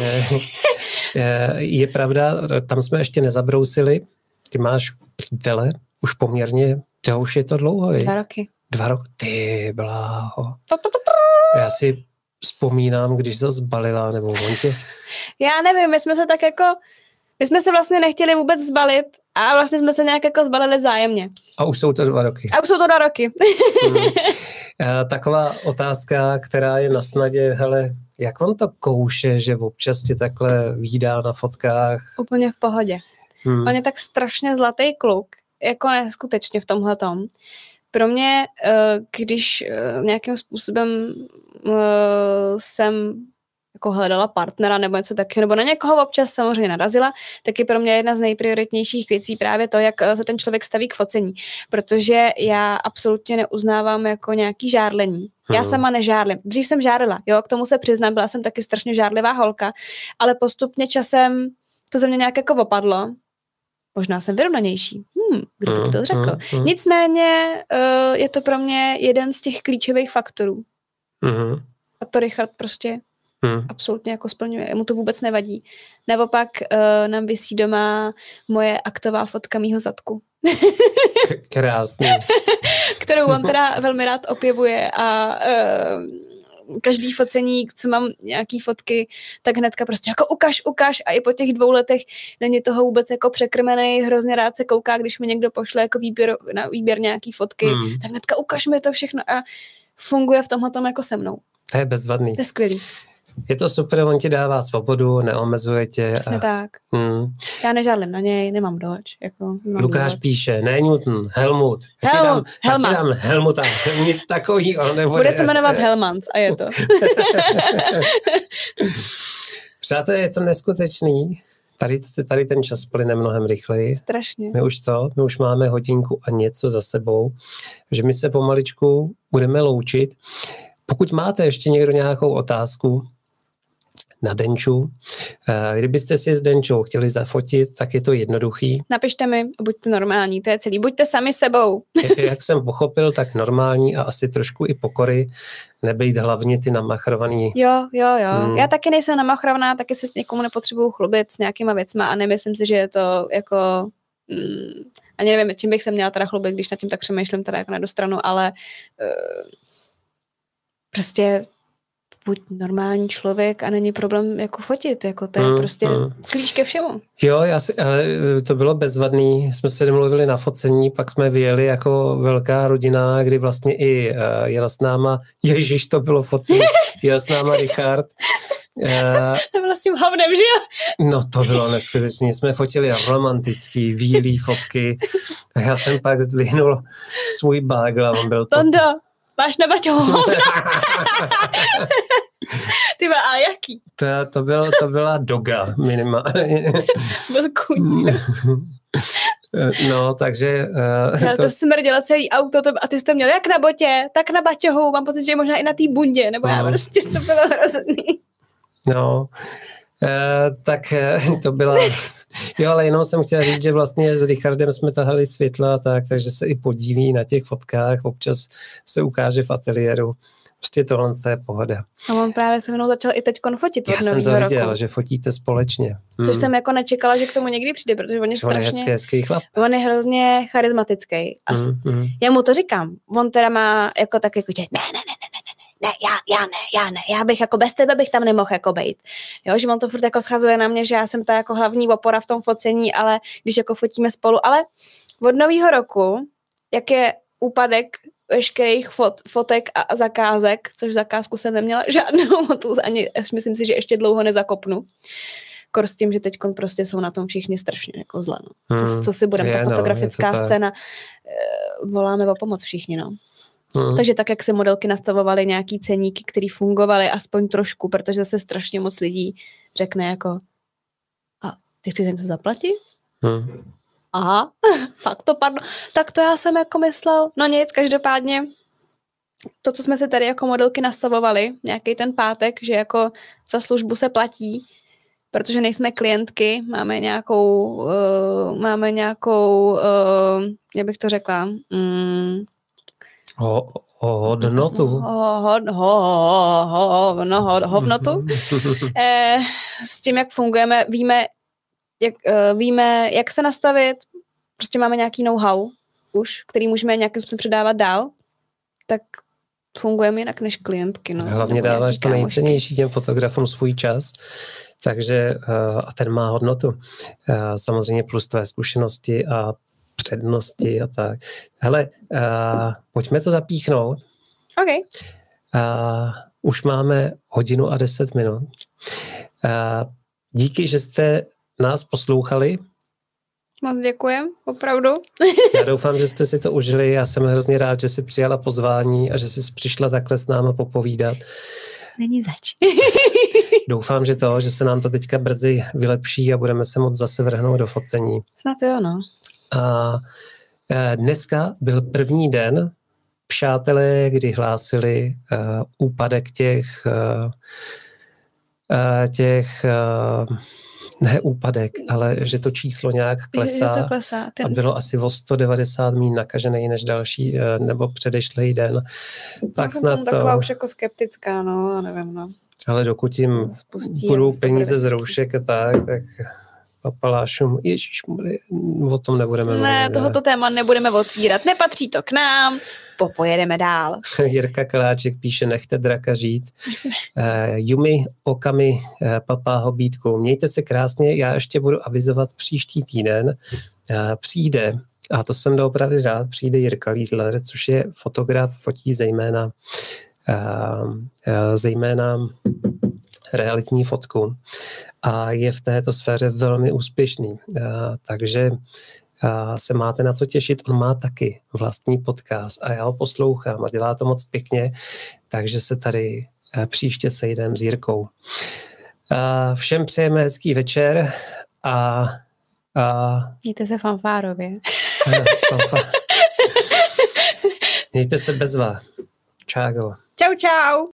[SPEAKER 1] je pravda, tam jsme ještě nezabrousili. Ty máš přítele, už poměrně, to už je to dlouho.
[SPEAKER 2] 2 roky.
[SPEAKER 1] 2 roky, ty bláho. Já si vzpomínám, když to zbalila, nebo on tě...
[SPEAKER 2] Já nevím, my jsme se vlastně nechtěli vůbec zbalit a vlastně jsme se nějak jako zbalili vzájemně.
[SPEAKER 1] A už jsou to 2 roky.
[SPEAKER 2] A už jsou to 2 roky.
[SPEAKER 1] Taková otázka, která je na snadě, hele, jak vám to kouše, že občas tě takhle vídá na fotkách?
[SPEAKER 2] Úplně v pohodě. On je tak strašně zlatý kluk, jako neskutečně v tomhletom. Pro mě, když nějakým způsobem jsem jako hledala partnera nebo něco takového, nebo na někoho občas samozřejmě narazila, tak je pro mě jedna z nejprioritnějších věcí právě to, jak se ten člověk staví k focení. Protože já absolutně neuznávám jako nějaký žárlení. Já sama nežárlím. Dřív jsem žárlila, jo, k tomu se přiznám, byla jsem taky strašně žárlivá holka, ale postupně časem to ze mě nějak jako opadlo. Možná jsem vyrovnanější. Kdo by to byl řekl? Nicméně je to pro mě jeden z těch klíčových faktorů. A to Richard prostě absolutně jako splňuje. Mu to vůbec nevadí. Nebo pak nám visí doma moje aktová fotka mýho zadku.
[SPEAKER 1] Krásný.
[SPEAKER 2] Kterou on teda velmi rád opěvuje a každý focení, co mám nějaký fotky, tak hnedka prostě jako ukaž a i po těch 2 letech není toho vůbec jako překrmený, hrozně rád se kouká, když mi někdo pošle jako výběr nějaký fotky, tak hnedka ukaž mi to všechno a funguje v tomhle tom jako se mnou.
[SPEAKER 1] To je bezvadný.
[SPEAKER 2] To je skvělý.
[SPEAKER 1] Je to super, on ti dává svobodu, neomezuje tě.
[SPEAKER 2] Přesně tak. Já nežádlím na něj, nemám doč. Jako,
[SPEAKER 1] Lukáš píše, ne Newton, Helmut. Dám Helmuta, nic takovýho nebude.
[SPEAKER 2] Bude se jmenovat Helmans a je to.
[SPEAKER 1] Přátelé, je to neskutečný. Tady ten čas plyne mnohem rychleji.
[SPEAKER 2] Strašně.
[SPEAKER 1] My už máme hodinku a něco za sebou, že my se pomaličku budeme loučit. Pokud máte ještě někdo nějakou otázku na Denču, kdybyste si s Denčou chtěli zafotit, tak je to jednoduchý.
[SPEAKER 2] Napište mi, buďte normální, to je celý. Buďte sami sebou.
[SPEAKER 1] Jak jsem pochopil, tak normální a asi trošku i pokory, nebejt hlavně ty namachrovaný.
[SPEAKER 2] Jo. Já taky nejsem namachrovaná, taky se s někomu nepotřebuju chlubit s nějakýma věcma a nemyslím si, že je to jako... ani nevím, čím bych se měla teda chlubit, když nad tím tak přemýšlím teda jako na stranu, ale prostě buď normální člověk a není problém jako fotit, jako to je prostě klíč ke všemu. Jo,
[SPEAKER 1] ale to bylo bezvadný, jsme se domluvili na focení, pak jsme vyjeli jako velká rodina, kdy vlastně i jel s náma, Ježíš, to bylo focení, jel s náma Richard.
[SPEAKER 2] To bylo s tím havnem, že jo?
[SPEAKER 1] No to bylo neskutečné, jsme fotili romantický, výlý fotky a já jsem pak zdvihnul svůj bagel a on byl to...
[SPEAKER 2] Tondo, máš na baťohu. Ty má, ale jaký?
[SPEAKER 1] To byla doga minimálně.
[SPEAKER 2] Byl kuň.
[SPEAKER 1] No, takže...
[SPEAKER 2] To smrdělo celý auto a ty jsi to měl jak na botě, tak na baťohu. Mám pocit, že možná i na té bundě, nebo já prostě to bylo hrozný.
[SPEAKER 1] No, tak to byla... Jo, ale jenom jsem chtěla říct, že vlastně s Richardem jsme tahali světla tak, takže se i podílí na těch fotkách, občas se ukáže v ateliéru. Prostě tohle je pohoda.
[SPEAKER 2] A on právě se mnou začal i teď fotit od novýho roku.
[SPEAKER 1] Já jsem to viděl, že fotíte společně.
[SPEAKER 2] Což jsem jako nečekala, že k tomu někdy přijde, protože on je strašně...
[SPEAKER 1] hezký chlap.
[SPEAKER 2] On je hrozně charismatický. Já mu to říkám. On teda má jako tak jako, že ne, já bych jako bez tebe bych tam nemohl jako bejt. Jo, že on to furt jako schazuje na mě, že já jsem ta jako hlavní opora v tom focení, ale když jako fotíme spolu, ale od nového roku, jak je úpadek veškerých fotek a zakázek, což zakázku jsem neměla žádnou, tu ani myslím si, že ještě dlouho nezakopnu. Kor s tím, že teď prostě jsou na tom všichni strašně jako zle. No. Co si budeme, ta fotografická scéna, voláme o pomoc všichni, no. Takže tak, jak se modelky nastavovaly nějaký ceníky, které fungovaly aspoň trošku, protože zase strašně moc lidí řekne jako a ty chceš něco zaplatit? Aha, fakt to padlo. Tak to já jsem jako myslel. No nic, každopádně to, co jsme se tady jako modelky nastavovali, nějaký ten pátek, že jako za službu se platí, protože nejsme klientky, máme nějakou jak bych to řekla,
[SPEAKER 1] hodnotu.
[SPEAKER 2] Hodnotu. S tím, jak fungujeme, víme, jak se nastavit, prostě máme nějaký know-how už, který můžeme nějakým způsobem předávat dál, tak fungujeme jinak než klientky. No.
[SPEAKER 1] Hlavně dáváš to nejcennější těm fotografům svůj čas, takže a ten má hodnotu. Samozřejmě plus tvé zkušenosti a přednosti a tak. Hele, pojďme to zapíchnout.
[SPEAKER 2] OK.
[SPEAKER 1] Už máme 1:10. Díky, že jste nás poslouchali.
[SPEAKER 2] Moc děkujem, opravdu.
[SPEAKER 1] Já doufám, že jste si to užili. Já jsem hrozně rád, že jsi přijala pozvání a že jsi přišla takhle s náma popovídat.
[SPEAKER 2] Není zač.
[SPEAKER 1] Doufám, že se nám to teďka brzy vylepší a budeme se moc zase vrhnout do focení.
[SPEAKER 2] Snad jo, no.
[SPEAKER 1] A dneska byl první den, přátelé, kdy hlásili úpadek ne úpadek, ale že to číslo nějak klesá.
[SPEAKER 2] Že to klesá.
[SPEAKER 1] A bylo asi o 190 míň nakažený než další, nebo předešlý den. Tak snad
[SPEAKER 2] jsem taková už jako skeptická, no, nevím, no.
[SPEAKER 1] Ale dokud jim budou peníze z roušek a tak papalášům, o tom nebudeme mluvit.
[SPEAKER 2] Ne, tohoto téma nebudeme otvírat, nepatří to k nám, pojedeme dál.
[SPEAKER 1] Jirka Kaláček píše, nechte draka žít. Yumi Okami, papá hobítku. Mějte se krásně, já ještě budu avizovat příští týden. Přijde, a to jsem doopravdy rád, přijde Jirka Lízler, což je fotograf, fotí zejména realitní fotku a je v této sféře velmi úspěšný. Takže se máte na co těšit. On má taky vlastní podcast a já ho poslouchám a dělá to moc pěkně, takže se tady příště sejdeme s Jirkou. Všem přejeme hezký večer a
[SPEAKER 2] mějte se fanfárově.
[SPEAKER 1] Mějte se bezva. Čágo.
[SPEAKER 2] Čau, čau.